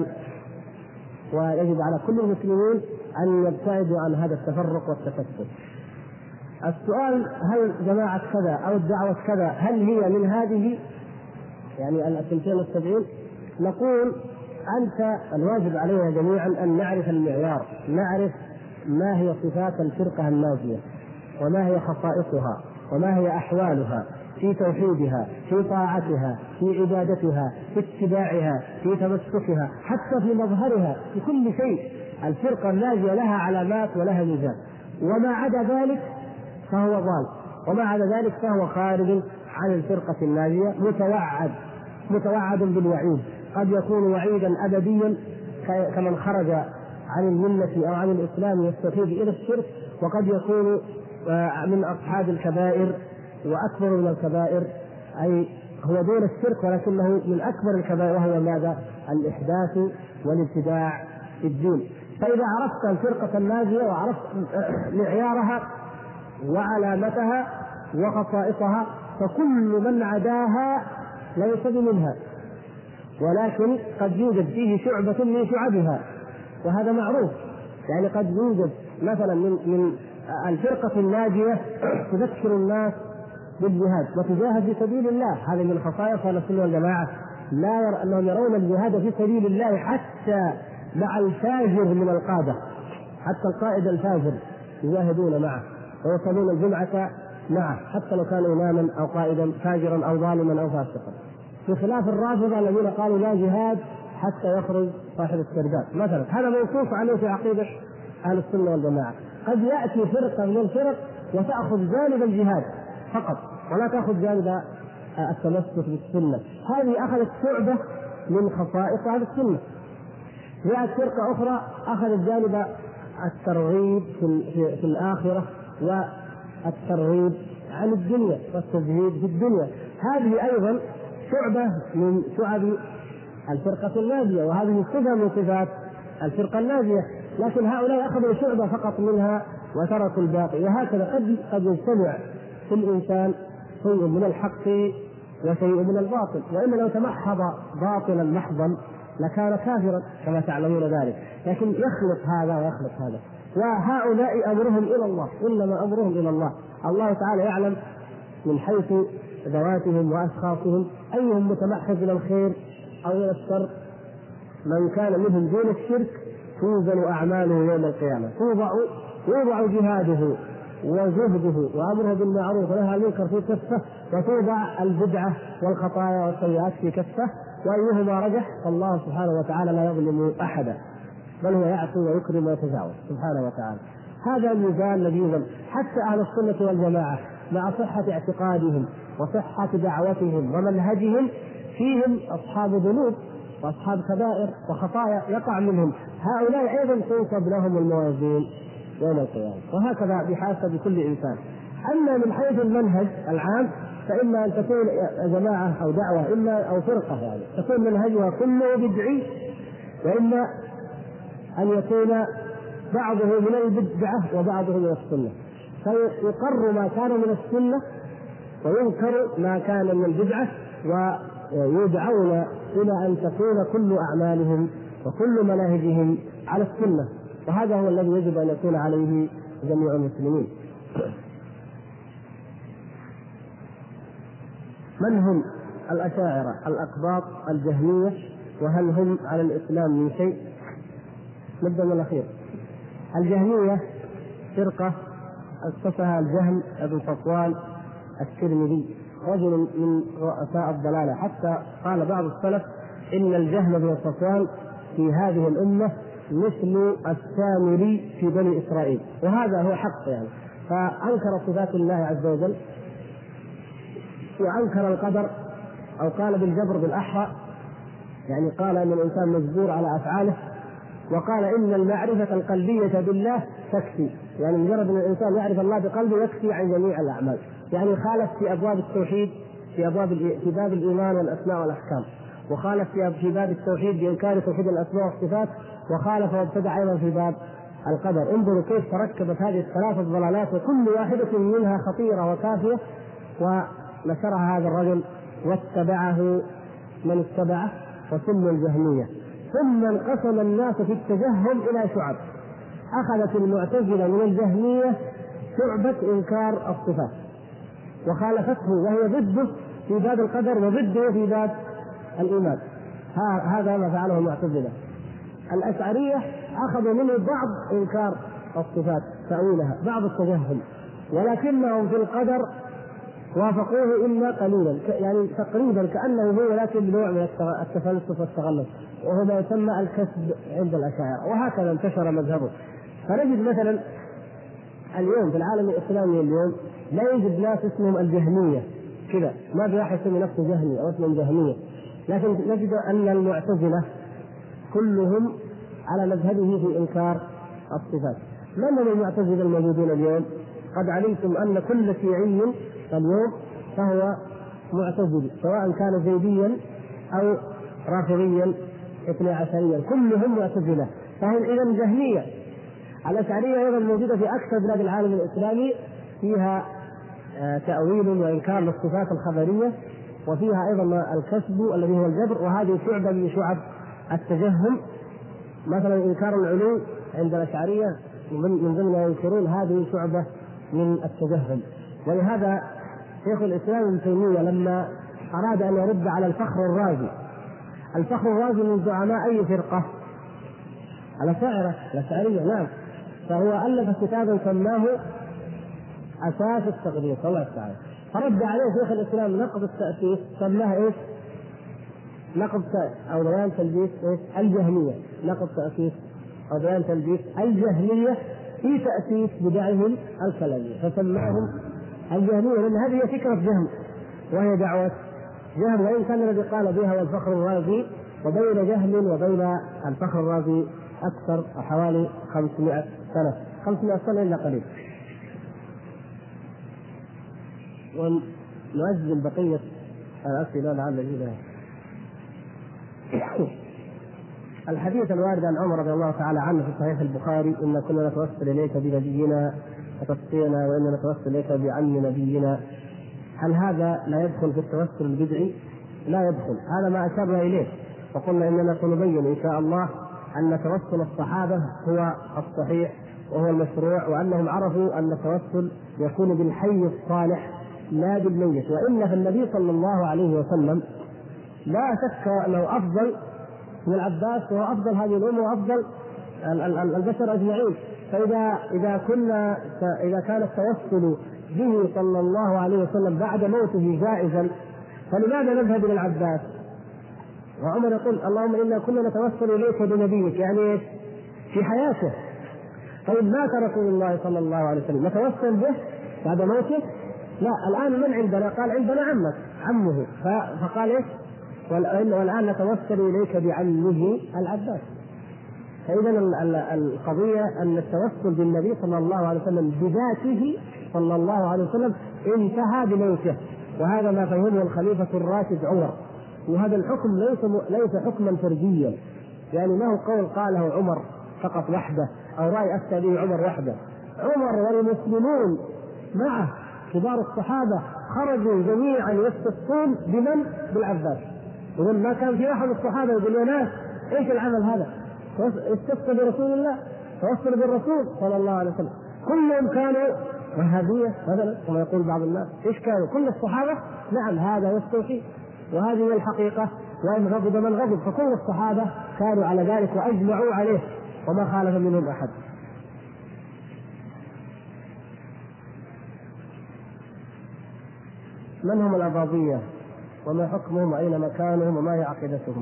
ويجب على كل المسلمين أن يبتعدوا عن هذا التفرق والتكتل. السؤال: هل جماعة كذا أو الدعوة كذا هل هي من هذه يعني 270؟ نقول أنت الواجب علينا جميعا أن نعرف المعيار، نعرف ما هي صفات الفرقة الناجية، وما هي خصائصها، وما هي أحوالها في توحيدها، في طاعتها، في عبادتها، في اتباعها، في تمسكها، حتى في مظهرها، في كل شيء. الفرقة الناجية لها علامات ولها ميزان، وما عدا ذلك فهو ضال، وما عدا ذلك فهو خارج عن الفرقة الناجية، متوعد بالوعيد. قد يكون وعيدا أبديا كمن خرج عن الملة أو عن الإسلام يستفيد إلى الشرك، وقد يكون من أصحاب الكبائر وأكبر من الكبائر، أي هو دون الشرك ولكنه من أكبر الكبائر، وهو ماذا؟ الإحداث والابتداع في الدين. فإذا عرفت الفرقة الناجية وعرفت معيارها وعلامتها وخصائصها، فكل من عداها ليس منها، ولكن قد يوجد فيه شعبة من شعبها، وهذا معروف. يعني قد يوجد مثلا من الفرقة الناجية تذكر الناس بالجهاد وتجاهد في سبيل الله، هذا من خصائص أهل السنة والجماعة، أنهم يرون الجهاد في سبيل الله حتى مع الفاجر من القادة، حتى القائد الفاجر يجاهدون معه ويصلون الجمعة معه، حتى لو كان إماما أو قائدا فاجرا أو ظالما أو فاسقا، بخلاف الرافضة الذين قالوا لا جهاد حتى يخرج صاحب السرداب مثلا. هذا منصوص عليه في عقيدة أهل السنة والجماعة. قد يأتي فرقة من الفرق وتأخذ جانب الجهاد فقط ولا تأخذ جانب التمسك بالسنة، هذه أخذت شعبة من خصائص أهل السنة. جاءت فرقة أخرى أخذت جانب الترغيب في الآخرة والترغيب عن الدنيا والتزهيد في الدنيا، هذه أيضا شعبة من شعب الفرقة الناجية، وهذه صفة من صفات الفرقة الناجية، لكن هؤلاء أخذوا شعبة فقط منها وتركوا الباقي. وهكذا قد يجتمع في الإنسان شيء من الحق وشيء من الباطل، وإن لو تمحض باطلا محضا لكان كافرا كما تعلمون ذلك، لكن يخلط هذا ويخلط هذا. وهؤلاء أمرهم إلى الله، إنما أمرهم إلى الله. الله تعالى يعلم من حيث ذواتهم وأشخاصهم أيهم متمحض إلى الخير أو إلى الشر. من كان منهم دون الشرك توزن أعماله يوم القيامة، يوضع جهاده وزهده وأمره بالمعروف ونهى عن المنكر في كفة، وتوضع البدعة والخطايا والسيئات في كفة، وأيهما رجح فالله سبحانه وتعالى لا يظلم أحدا، بل هو يعفو ويكرم ويتجاوز سبحانه وتعالى. هذا الميزان الذي يوزن حتى أهل السنة والجماعة مع صحة اعتقادهم وصحة دعوتهم ومنهجهم، فيهم أصحاب ذنوب وأصحاب كبائر وخطايا يقع منهم، هؤلاء أيضا تنصب لهم الموازين يوم القيامة، وهكذا بحسب كل إنسان. أما من حيث المنهج العام فإما أن تكون جماعة أو دعوة إما أو فرقة يعني تكون منهجها كله بدعي، وإما أن يكون بعضه من البدعة وبعضه من السنة، فيقر ما كان من السنة وينكر ما كان من البدعة، ويدعون إلى أن تكون كل أعمالهم وكل مناهجهم على السنة، وهذا هو الذي يجب أن يكون عليه جميع المسلمين. من هم الأشاعرة الأقباط الجهمية، وهل هم على الإسلام من شيء؟ نبدأ من الأخير. الجهمية فرقة أسسها الجهم بن صفوان الترمذي، رجل من رؤساء الضلالة، حتى قال بعض السلف إن الجهم بن صفوان في هذه الأمة مثل السامري في بني إسرائيل، وهذا هو حق يعني. فأنكر صفات الله عز وجل وأنكر القدر، أو قال بالجبر بالأحرى، يعني قال أن الإنسان مجبور على أفعاله، وقال إن المعرفة القلبية بالله تكفي، يعني مجرد أن الإنسان يعرف الله بقلبه يكفي عن جميع الأعمال. يعني خالف في أبواب التوحيد، في باب الإيمان والأسماء والأحكام، وخالف في باب التوحيد بإنكار توحيد الأسماء والصفات، وخالف وابتدع أيضا في باب القدر. انظروا كيف تركبت هذه الثلاث ضلالات، وكل واحدة منها خطيرة وكافية، ونشرها هذا الرجل واتبعه من اتبعه وسموا الجهمية. ثم انقسم الناس في التجهم إلى شعب. أخذت المعتزلة من الجهمية شعبة إنكار الصفات وخالفته، وهي ضده في باب القدر وضده في باب الإيمان. هذا ما فعله المعتزلة. الأشعرية أخذوا منه بعض إنكار الصفات تأويلها، بعض التجهم، ولكنهم في القدر وافقوه إلا قليلا، يعني تقريبا كأنه هو، لكن بنوع من التفلسف والتغلط، وهو ما يسمى الكسب عند الأشاعرة. وهكذا انتشر مذهبه. فنجد مثلا اليوم في العالم الإسلامي اليوم لا يوجد ناس اسمهم الجهمية كذا، ما في واحد يسمي نفسه جهمي أو اسمه جهمية، لكن نجد أن المعتزلة كلهم على مذهبه في إنكار الصفات. من هم المعتزلة الموجودين اليوم؟ قد علمتم أن كل شيعي اليوم فهو معتزلي، سواء كان زيديا أو رافضيا 12 كلهم معتزلة، فهم إذن جهمية. الأشعرية أيضا موجودة في أكثر بلاد العالم الإسلامي، فيها تأويل وإنكار للصفات الخبرية، وفيها أيضا الكسب الذي هو الجبر، وهذه شعبة من شعب التجهم. مثلا إنكار العلو عند الأشعرية من ضمن ما ينكرون، هذه شعبة من التجهم. ولهذا شيخ الإسلام ابن تيمية لما أراد أن يرد على الفخر الرازي، الفخر الرازي من زعماء أي فرقة؟ الأشاعرة، نعم. فهو ألف كتابا سماه أساس التقدير، الله تعالى، فرد عليه شيخ الإسلام نقد التأسيس، سماه إيش؟ نقد أو بيان تلبيس الجهمية، نقد تأسيس أو بيان تلبيس الجهمية في تأسيس بدعهم الكلامية، فسماهم الجهمية، لأن هذه هي فكرة جهم وهي دعوة جهم. وإن كان الذي قال بها هو الفخر الرازي، وبين جهم وبين الفخر الرازي أكثر حوالي 500 سنة إلا قليل. ونؤجل بقية الأسئلة لعل نجيبها. الحديث الوارد عن عمر رضي الله تعالى عنه في صحيح البخاري: إن كنا نتوسل إليك بنبينا وتسقينا، وإننا نتوسل إليك بعم نبينا. هل هذا لا يدخل في التوسل البدعي؟ لا يدخل، هذا ما أشرنا إليه، وقلنا إننا سنبين إن شاء الله أن توسل الصحابة هو الصحيح وهو المشروع، وأنهم عرفوا أن التوسل يكون بالحي الصالح لا بالميت. وإلا فالنبي صلى الله عليه وسلم لا شك أنه أفضل من العباس، وهو أفضل هذه الأمة وأفضل البشر أجمعين. إذا كان التوسل به صلى الله عليه وسلم بعد موته جائزا، فلماذا نذهب إلى العباس؟ وعمر يقول: اللهم إنا كنا نتوسل إليك بنبيك، يعني في حياته. طيب مات رسول الله صلى الله عليه وسلم، نتوسل به بعد موته؟ لا، الآن من عندنا؟ قال: عندنا عمه. فقال إيش؟ والآن نتوسل إليك بعمه العباس. فإذا القضية أن التوسل بالنبي صلى الله عليه وسلم بذاته صلى الله عليه وسلم انتهى بموته، وهذا ما فهمه الخليفة الراشد عمر. وهذا الحكم ليس حكما فرديا، يعني ما هو قول قاله عمر فقط وحده أو رأي أفتى به عمر وحده. عمر والمسلمون معه كبار الصحابة خرجوا جميعا يستسقون بمن؟ بالعباس. ومن ما كان في أحد الصحابة يقول: يا ناس إيش العمل هذا؟ استسقى برسول الله، توسل بالرسول صلى الله عليه وسلم. كلهم كانوا وهابية مثلا كما يقول بعض الناس. إيش كانوا؟ كل الصحابة؟ نعم، هذا هو التوحيد وهذه هي الحقيقة. وإن غضب من غضب، فكل الصحابة كانوا على ذلك وأجمعوا عليه وما خالف منهم أحد. من هم الأباضية وما حكمهم وأين مكانهم وما هي عقيدتهم؟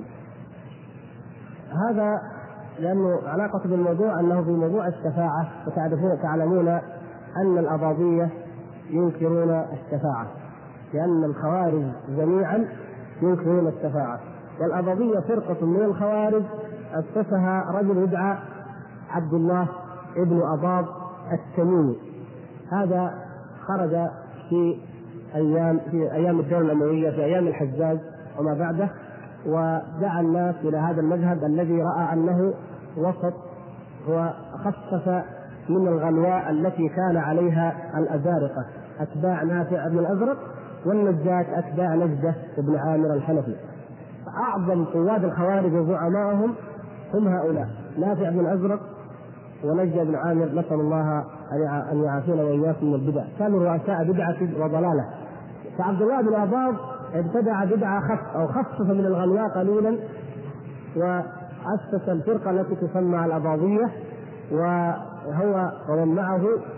هذا لأنه علاقة بالموضوع أنه في موضوع الشفاعة، وتعلمون أن الأباضية ينكرون الشفاعة، لأن الخوارج جميعا ينكرون الشفاعة. والأباضية فرقة من الخوارج أسسها رجل يدعى عبد الله ابن أضاب التميمي. هذا خرج في أيام الدولة الأموية، في أيام الحجاج وما بعده، ودعا الناس إلى هذا المذهب الذي رأى أنه وسط، وخفف من الغلواء التي كان عليها الأزارقة أتباع نافع بن الأزرق، والنجاة أتباع نجدة بن عامر الحنفي. أعظم قواد الخوارج وزعمائهم هم هؤلاء، نافع بن الأزرق ونجدة بن عامر، نسأل الله أن يعافينا وإياكم من البدع، كانوا رؤساء بدعة وضلالة. فعبد الله بن أضاب ابتدع بدعة خفف من الغلواء قليلا، وأسس الفرقة التي تسمى الأباضية، وهو ومن معه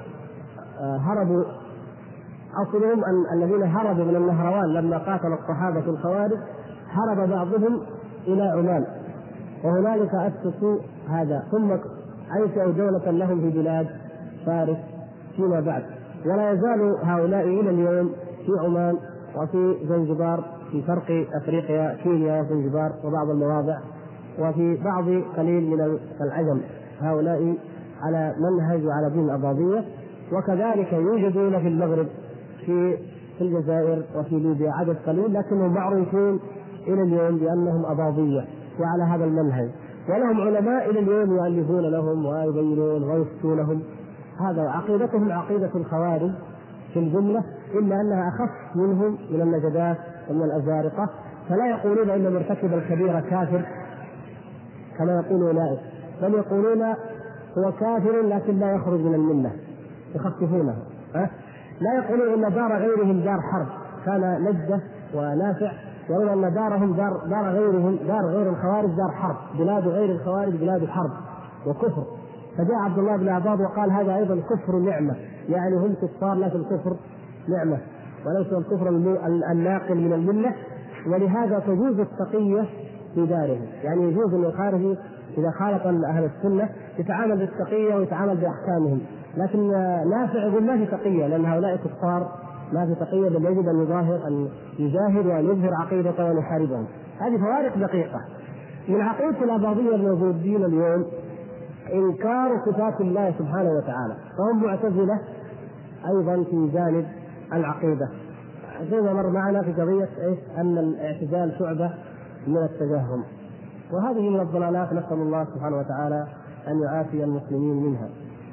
هربوا. أصلهم أن الذين هربوا من النهروان لما قاتل الصحابة الخوارج، هرب بعضهم إلى عمان، وهنالك أسسوا هذا، ثم أنشأوا دولة لهم في بلاد فارس فيما بعد. ولا يزال هؤلاء إلى اليوم في عمان وفي زنجبار في شرق أفريقيا، كينيا وزنجبار وبعض المواضع، وفي بعض قليل من العجم، هؤلاء على منهج وعلى دين الأباضية. وكذلك يوجدون في المغرب، في الجزائر وفي ليبيا عدد قليل، لكنهم معروفون إلى اليوم بأنهم أباضية وعلى هذا المنهج، ولهم علماء إلى اليوم يؤلفون لهم ويبينون ويفتونهم. هذا عقيدتهم عقيدة الخوارج في الجملة، إلا أنها أخف منهم من النجدات ومن الأزارقة. فلا يقولون إن مرتكب الكبيرة كافر كما يقول أولئك، بل يقولون هو كافر لكن لا يخرج من الملة، يخففونه. لا يقولون إن دار غيرهم دار حرب، كان نجدة ونافع يقولون أن دارهم دار غيرهم، دار غير الخوارج دار حرب، بلاد غير الخوارج بلاد حرب وكفر. فجاء عبد الله بن عباد وقال هذا أيضا كفر نعمة، يعني هم كفار لكن الكفر نعمة وليس الكفر الناقل من الملة. ولهذا تجوز التقية في دارهم، يعني يجوز أن الخارجي إذا خالط أهل السنة يتعامل بالتقية ويتعامل بأحكامهم، لكن نافع يقول ما في تقية لأن هؤلاء كفار، ما في تقية، بل يجب أن يجاهد وأن يظهر عقيدته ويحاربهم. هذه فوارق دقيقة. من عقيدة الأباضية الموجودين اليوم إنكار صفات الله سبحانه وتعالى، فهم معتزلة أيضا في جانب العقيدة، زي ما مر معنا في قضية أن الاعتزال شعبة من التجهم، وهذه من الضلالات، نسأل الله سبحانه وتعالى أن يعافي المسلمين منها.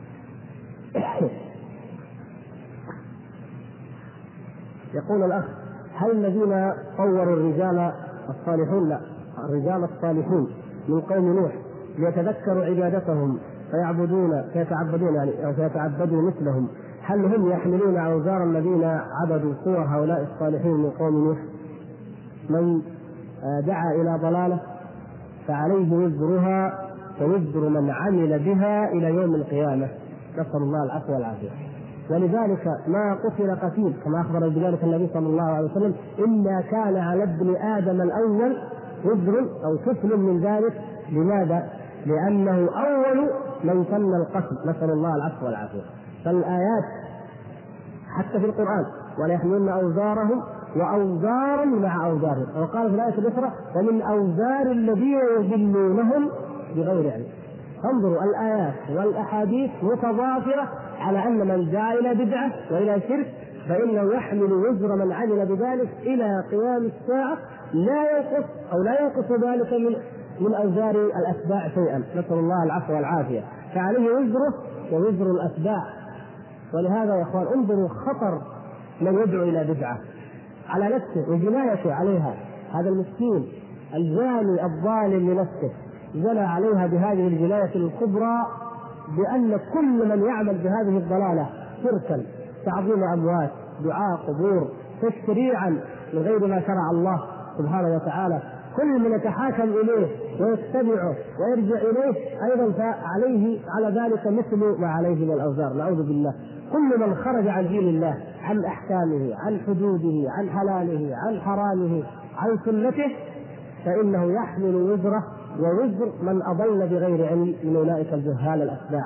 يقول الأخ: هل الذين طوروا الرجال الصالحون، لا، الرجال الصالحون من قوم نوح ليتذكروا عبادتهم فيتعبدون يعني أو فيتعبدوا مثلهم، هل هم يحملون أوزار الذين عبدوا صور هؤلاء الصالحين من قوم نوح؟ من دعا إلى ضلالة فعليه وزرها ووزر من عمل بها إلى يوم القيامة، نسأل الله العفو والعافية. ولذلك ما قتل قتيل كما أخبر بذلك النبي صلى الله عليه وسلم: إلا كان على ابن آدم الأول وزر أو كفل من ذلك. لماذا؟ لأنه أول من سن القتل، نسأل الله العفو والعافية. فالآيات حتى في القرآن: ولا يحملون أوزارهم وأوزارا مع أوزارهم، وقال في الآية الأخرى: ومن أوزار الذين يضلونهم بغير علم. انظروا الآيات والأحاديث متضافرة على أن من دعا إلى بدعة وإلى شرك فإنه يحمل وزر من عمل بذلك إلى قيام الساعة، لا ينقص ذلك من أوزار الأتباع شيئا، نسأل الله العفو والعافية. فعليه وزره ووزر الأتباع. ولهذا يا إخوان انظروا خطر من يدعو إلى بدعة على نفسه وجنايته عليها. هذا المسكين الزاني الظالم لنفسه جنى عليها بهذه الجناية الكبرى، بأن كل من يعمل بهذه الضلالة شركا، تعظيم أموات، دعاء قبور، تشريعا لغير ما شرع الله سبحانه وتعالى، كل من يتحاكم إليه ويتبعه ويرجع إليه أيضا فعليه على ذلك مثل ما عليه من الأوزار، نعوذ بالله. كل من خرج عن دين الله، عن أحكامه، عن حدوده، عن حلاله، عن حرامه، عن سنته، فإنه يحمل وزره ووزر من أضل بغير علم من أولئك الجهال الأتباع.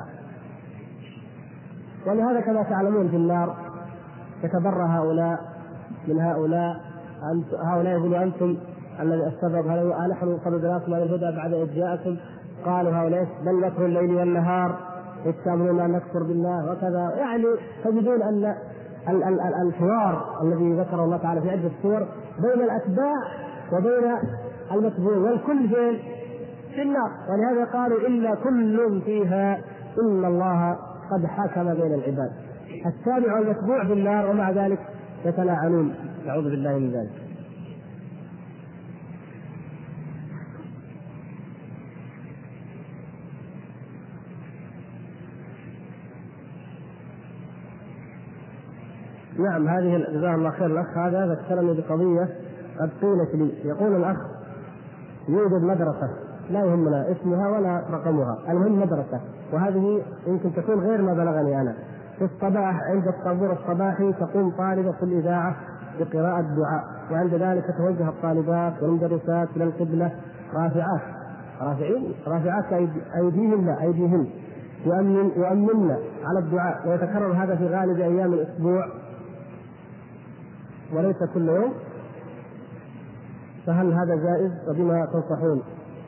ولهذا كما تعلمون في النار يتبرى هؤلاء من هؤلاء يقولوا: أنتم الذي السبب، هل نحن قد دراكم على الهدى بعد إذ جاءكم، قالوا هؤلاء بل مكر الليل والنهار يستأمرون أن نكفر بالله وكذا. يعني تجدون أن الحوار الذي ذكره الله تعالى في عدة سور بين الأتباع وبين المتبوعين، والكل في النار. ولهذا قالوا إلا كل فيها إن الله قد حكم بين العباد. التابع والمتبوع في النار ومع ذلك يتلاعنون، نعوذ بالله من ذلك. نعم، هذه جزاه الله خير. الأخ هذا ذكرني بقضية قد قيلت لي. يقول الأخ يوجد مدرسة لا يهمنا اسمها ولا رقمها، المهم مدرسة، وهذه يمكن تكون غير ما بلغني أنا. في الصباح عند الطابور الصباحي تقوم طالبة في الإذاعة بقراءة دعاء، وعند ذلك توجه الطالبات والمدرسات إلى القبلة رافعات أيديهن يؤمن على الدعاء، ويتكرر هذا في غالب أيام الأسبوع وليس كل يوم. فهل هذا جائز وبما تنصحون؟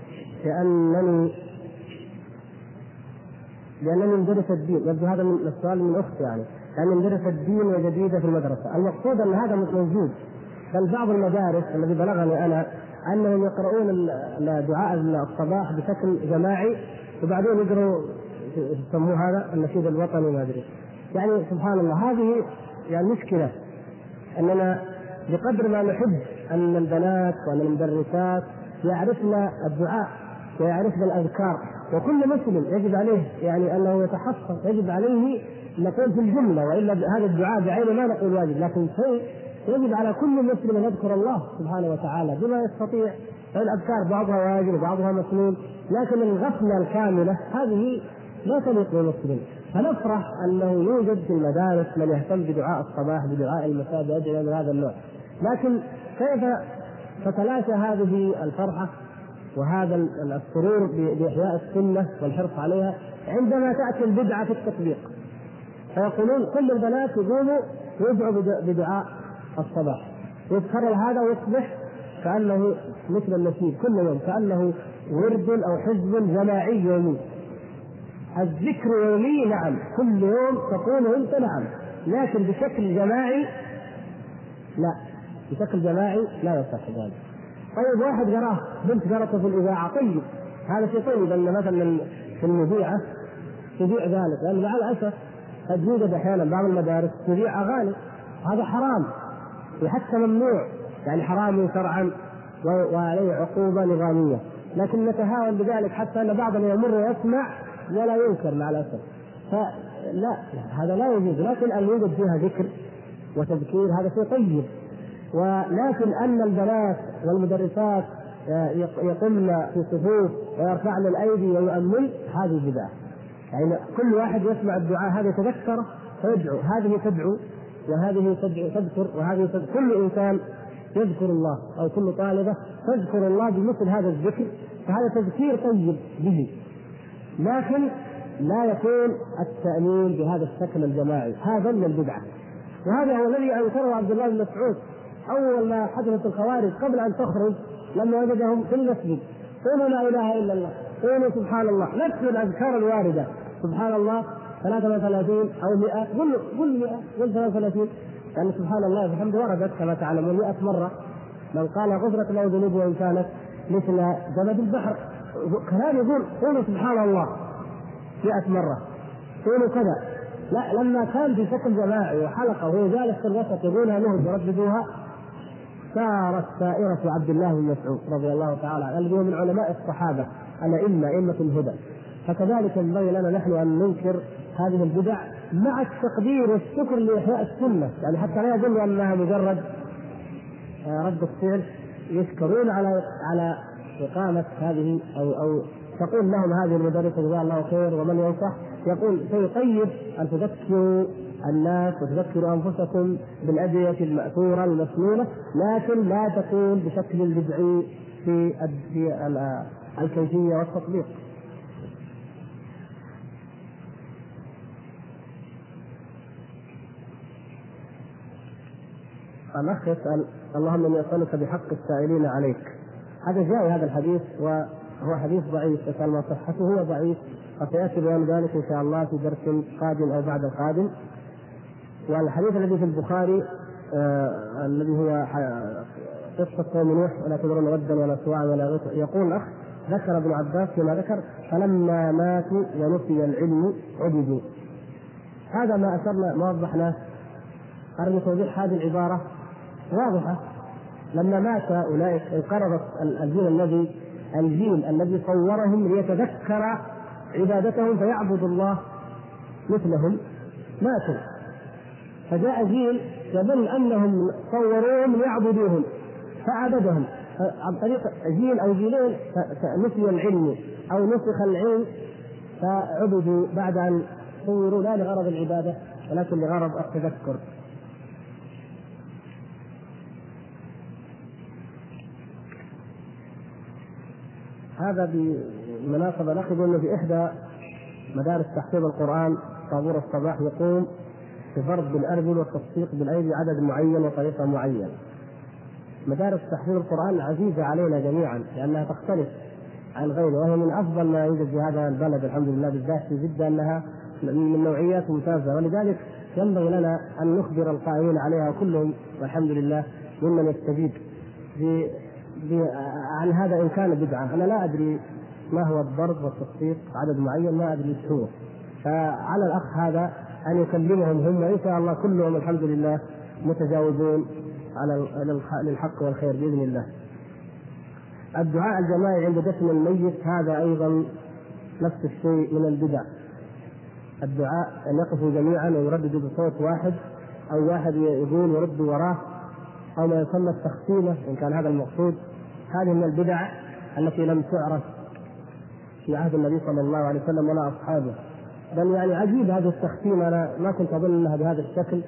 لأنني مدرس الدين. يبدو هذا من السؤال من أختي، يعني لأنني مدرس الدين وجديدة في المدرسة. المقصود أن هذا موجود، بل بعض المدارس الذي بلغني أنا أنهم يقرؤون دعاء الصباح بشكل جماعي، وبعدين يقرأوا يسموه هذا النشيد الوطني ما أدري. يعني سبحان الله، هذه يعني مشكلة أننا بقدر ما نحب أن البنات وأن المدرسات يعرفن الدعاء ويعرفن الأذكار، وكل مسلم يجب عليه يعني أنه يتحفظ، يجب عليه نقول في الجملة، وإلا هذا الدعاء بعينه ما نقول واجب، لكن شيء يجب على كل مسلم أن يذكر الله سبحانه وتعالى بما يستطيع. فالأذكار بعضها واجب وبعضها مسنون، لكن الغفلة الكاملة هذه لا تليق بالمسلم. فنفرح أنه يوجد في المدارس من يهتم بدعاء الصباح بدعاء المساء بأدعية من هذا النوع، لكن كيف تتلاشى هذه الفرحة وهذا السرور بإحياء السنة والحرص عليها عندما تأتي البدعة في التطبيق؟ فيقولون كل البنات يقوموا يدعوا بدعاء الصباح، يتكرر هذا ويصبح كأنه مثل النشيد كل يوم، كأنه ورد أو حزب جماعي يومي. الذكر يومي نعم، كل يوم تقول انت نعم، لكن بشكل جماعي لا، بشكل جماعي لا يصح ذلك. طيب واحد قراه، بنت قرأته في الإذاعة، طيب هذا شيء طيب أن مثلا في المذيعة تذيع ذلك، لأن مع الأسف قد يوجد أحيانا بعض المدارس تذيع أغاني، هذا حرام وحتى ممنوع، يعني حرام شرعا وعليه عقوبة نظامية، لكن نتهاون بذلك حتى أن بعضنا يمر ويسمع ولا ينكر مع الأسف. فلا، هذا لا يجوز، لكن أن يوجد فيها ذكر وتذكير هذا شيء طيب. ولكن أن البنات والمدرسات يقمن في صفوف ويرفعن الأيدي ويؤمن، هذه بدعة. يعني كل واحد يسمع الدعاء هذا يتذكره فيدعو، هذه تدعو وهذه تذكر وهذه تذكر، كل إنسان يذكر الله أو كل طالبة تذكر الله بمثل هذا الذكر، فهذا تذكير طيب به، لكن لا يكون التأمين بهذا الشكل الجماعي، هذا من البدعة. وهذا هو الذي أنكره عبد الله بن مسعود أول ما حدثت الخوارج قبل أن تخرج، لما وجدهم في المسجد قولوا لا إله إلا الله، قولوا سبحان الله، نفس الأذكار الواردة، سبحان الله 33 أو 100، قل 100 قل 33، يعني سبحان الله الحمد وردت كما تعلمون 100 مرة. من قال غفرت له ذنوبه وإن كانت مثل زبد البحر، كلام يقول قولوا سبحان الله 100 مرة، قولوا كذا. لا، لما كان في شكل جماعي وحلقة وهو جالس في الوسط يقولها له يرددوها، سارت سائرة عبد الله بن مسعود رضي الله تعالى عنه الذي هو من علماء الصحابة أئمة الهدى. فكذلك ينبغي لنا نحن أن ننكر هذه البدع مع التقدير والشكر لإحياء السنة، يعني حتى لا يظن أنها مجرد رد الفعل، يشكرون على إقامة هذه أو تقول لهم هذه المدرسة جزاها الله خير، ومن ينصح يقول شيء طيب أن تذكروا الناس وتذكروا أنفسكم بالأدعية المأثورة المسنونة، لكن لا تكون بشكل بدعي في الكيفية والتطبيق. الأخ يسأل: اللهم إني أسألك بحق السائلين عليك. هذا جاء هذا الحديث هو حديث ضعيف، نسأل ما صحته، هو ضعيف، وسيأتي بيان ذلك إن شاء الله في درس قادم أو بعد القادم. والحديث الذي في البخاري الذي هو قصة قوم نوح ولا تذرون ودا ولا سواعا ولا غيث، يقول الأخ ذكر ابن عباس فيما ذكر فلما ماتوا ونسي العلم عبدوا. هذا ما أثرنا ما وضحناه. أرجو توضيح هذه العبارة واضحة. لما مات أولئك انقرضت الجيل الذي صورهم ليتذكر عبادتهم فيعبد الله مثلهم ماتوا، فجاء جيل يظن أنهم صوروهم ليعبدوهم فعبدهم عن طريق جيل أو جيلين، نسي العلم أو نسخ العلم فعبدوا بعد أن صوروا لا لغرض العبادة ولكن لغرض التذكر. هذا بمناسبة لاحظوا أنه في إحدى مدارس تحفيظ القرآن طابور الصباح يقوم بفرض بالأرجل والتصفيق بالأيدي عدد معين وطريقة معينة. مدارس تحفيظ القرآن عزيزة علينا جميعا لأنها تختلف عن غيرها، وهي من أفضل ما يوجد في هذا البلد الحمد لله، بالذات في جدة أنها من نوعيات ممتازة، ولذلك ينبغي لنا أن نخبر القائمين عليها كلهم والحمد لله ممن يستفيد عن هذا إن كان بدعة. أنا لا أدري ما هو الضرب والتصفيق عدد معين، ما أدري ايش هو، فعلى الأخ هذا أن يكلمهم هم إن شاء الله كلهم الحمد لله متجاوزون للحق والخير بإذن الله. الدعاء الجماعي عند دفن الميت هذا أيضا نفس الشيء من البدع. الدعاء أن يقفوا جميعا ويرددوا بصوت واحد أو واحد يقول يرد وراه أو ما يسمى التخسيمة إن كان هذا المقصود، هذه من البدع التي لم تعرف في عهد النبي صلى الله عليه وسلم ولا أصحابه. بل يعني عجيب هذه التخسيمة، أنا ما كنت أظن أنها بهذا الشكل.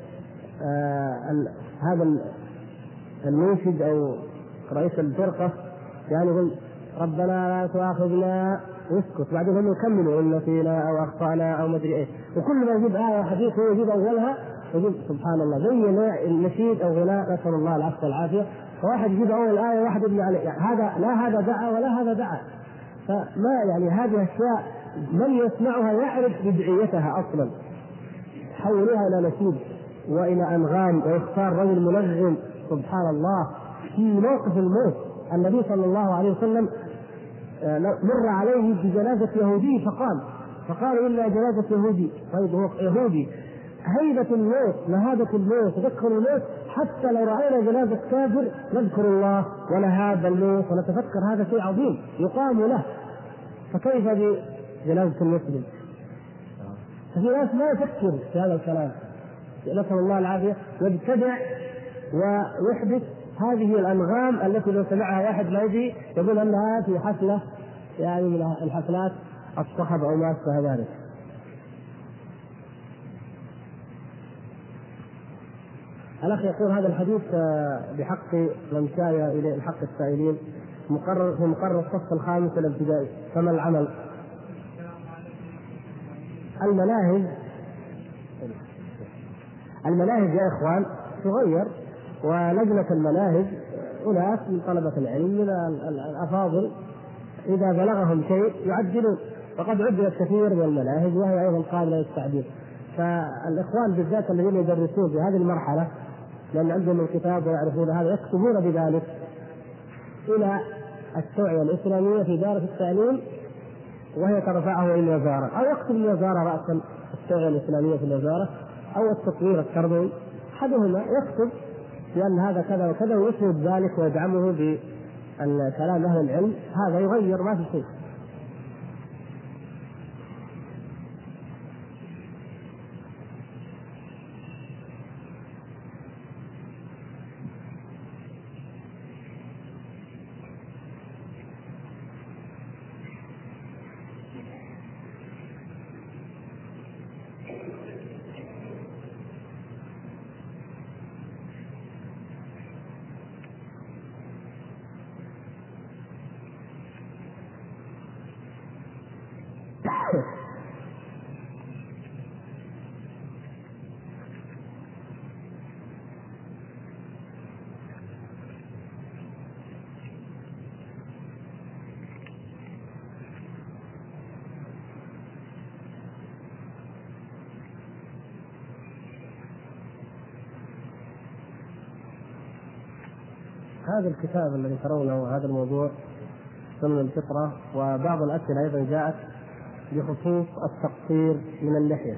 هذا المنشد أو رئيس الفرقة يعني يقول ربنا لا تؤاخذنا ويسكت، بعدين هم يكملوا إن فينا أو أخطأنا أو مدري إيه، وكل ما يجيب آية حديث هو يجيب أولها يجيب سبحان الله زي النشيد أو غناء نسأل الله العفو والعافية، فواحد يجيب أول آية واحد يبني عليه، يعني هذا لا هذا دعا ولا هذا دعا. فما يعني هذه أشياء من يسمعها يعرف بدعيتها أصلا، حولوها إلى نشيد وإلى أنغام ويختار رجل منغم سبحان الله في موقف الموت. النبي صلى الله عليه وسلم مر عليه بجنازة يهودي فقال إلا جنازة يهودي، طيب هو يهودي، هيبة الموت نهابة الموت تذكر الموت، حتى لو رأينا جنازة كافر نذكر الله ونهاب الموت ونتفكر، هذا شيء عظيم يقام له، فكيف بجنازة المسلم؟ ففي ناس ما يفكر في هذا الكلام نسأل الله العافية، يبتدع ويحدث هذه الأنغام التي لو سمعها واحد لا يجي يقول أنها في حفلة يعني من الحفلات الصخب أو ما أشبه ذلك. الأخ يقول هذا الحديث بحق من سعي إلى الحق السائلين مقرر في مقرر الصف الخامس الابتدائي، فما العمل؟ المناهج يا إخوان تغير، ولجنة المناهج أناس من طلبة العلم من الأفاضل إذا بلغهم شيء يعدلون، وقد عدلت كثير من المناهج وهي أيضا قابلة للتعديل. فالإخوان بالذات الذين يدرسون في هذه المرحلة لأن عندهم الكتاب ويعرفون هذا يكتبون بذلك إلى التوعية الإسلامية في دائرة التعليم وهي ترفعه إلى الوزارة، أو يكتب الوزارة رأسا التوعية الإسلامية في الوزارة أو التطوير التربوي، أحدهما يكتب لأن هذا كذا وكذا ويسند ذلك ويدعمه بالكلام أهل العلم، هذا يغير ما في شيء. هذا الكتاب الذي ترونه هذا الموضوع سنن الفطرة، وبعض الأسئلة أيضا جاءت بخصوص التقصير من اللحية،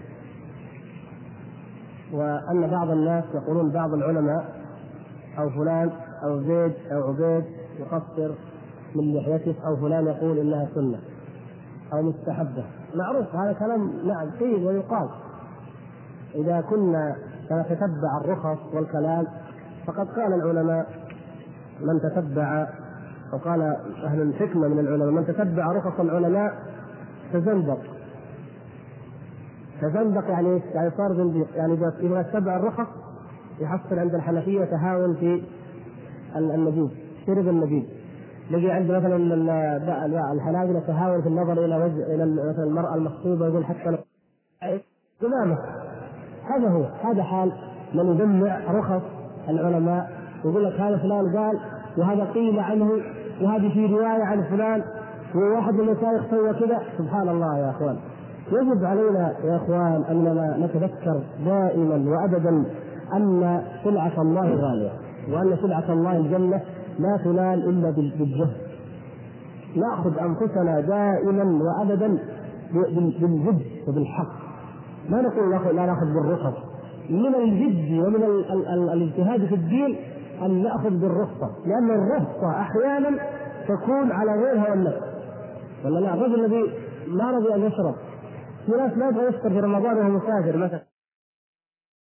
وأن بعض الناس يقولون بعض العلماء أو فلان أو زيد أو عبيد يقصر من لحيته، أو فلان يقول إنها سنة أو مستحبة. معروف هذا كلام نعم قيل ويقال. إذا كنا سنتتبع الرخص والكلام فقد قال العلماء من تتبع، وقال أهل الحكمة من العلماء من تتبع رخص العلماء تزندق. تزندق يعني صار زنديق، يعني إذا اتبع الرخص يحصل عند الحنفية تهاون في النبيذ، شرب النبيذ. نجي عند مثلا الحنابلة تهاون في النظر إلى وجه إلى مثلا المرأة المخطوبة، يقول حتى تماما. هذا حال من يجمع رخص العلماء، يقول لك هذا فلان قال وهذا قيل عنه وهذه في رواية عن فلان وواحد من المشايخ سوى كذا. سبحان الله يا اخوان، يجب علينا يا اخوان اننا نتذكر دائما وابدا ان سلعة الله غالية، وان سلعة الله الجنة لا تنال الا بالجهد. ناخذ انفسنا دائما وابدا بالجد وبالحق، ما نقول لا ناخذ بالرخص. من الجد ومن الاجتهاد في الدين ان ناخذ بالرخصة، لان الرخصة احيانا تكون على غير هوى النفس. ولا لا، الرجل الذي ما رضي ان يشرب، في ناس لا يبغى يفطر في رمضان وهو مسافر مثلا،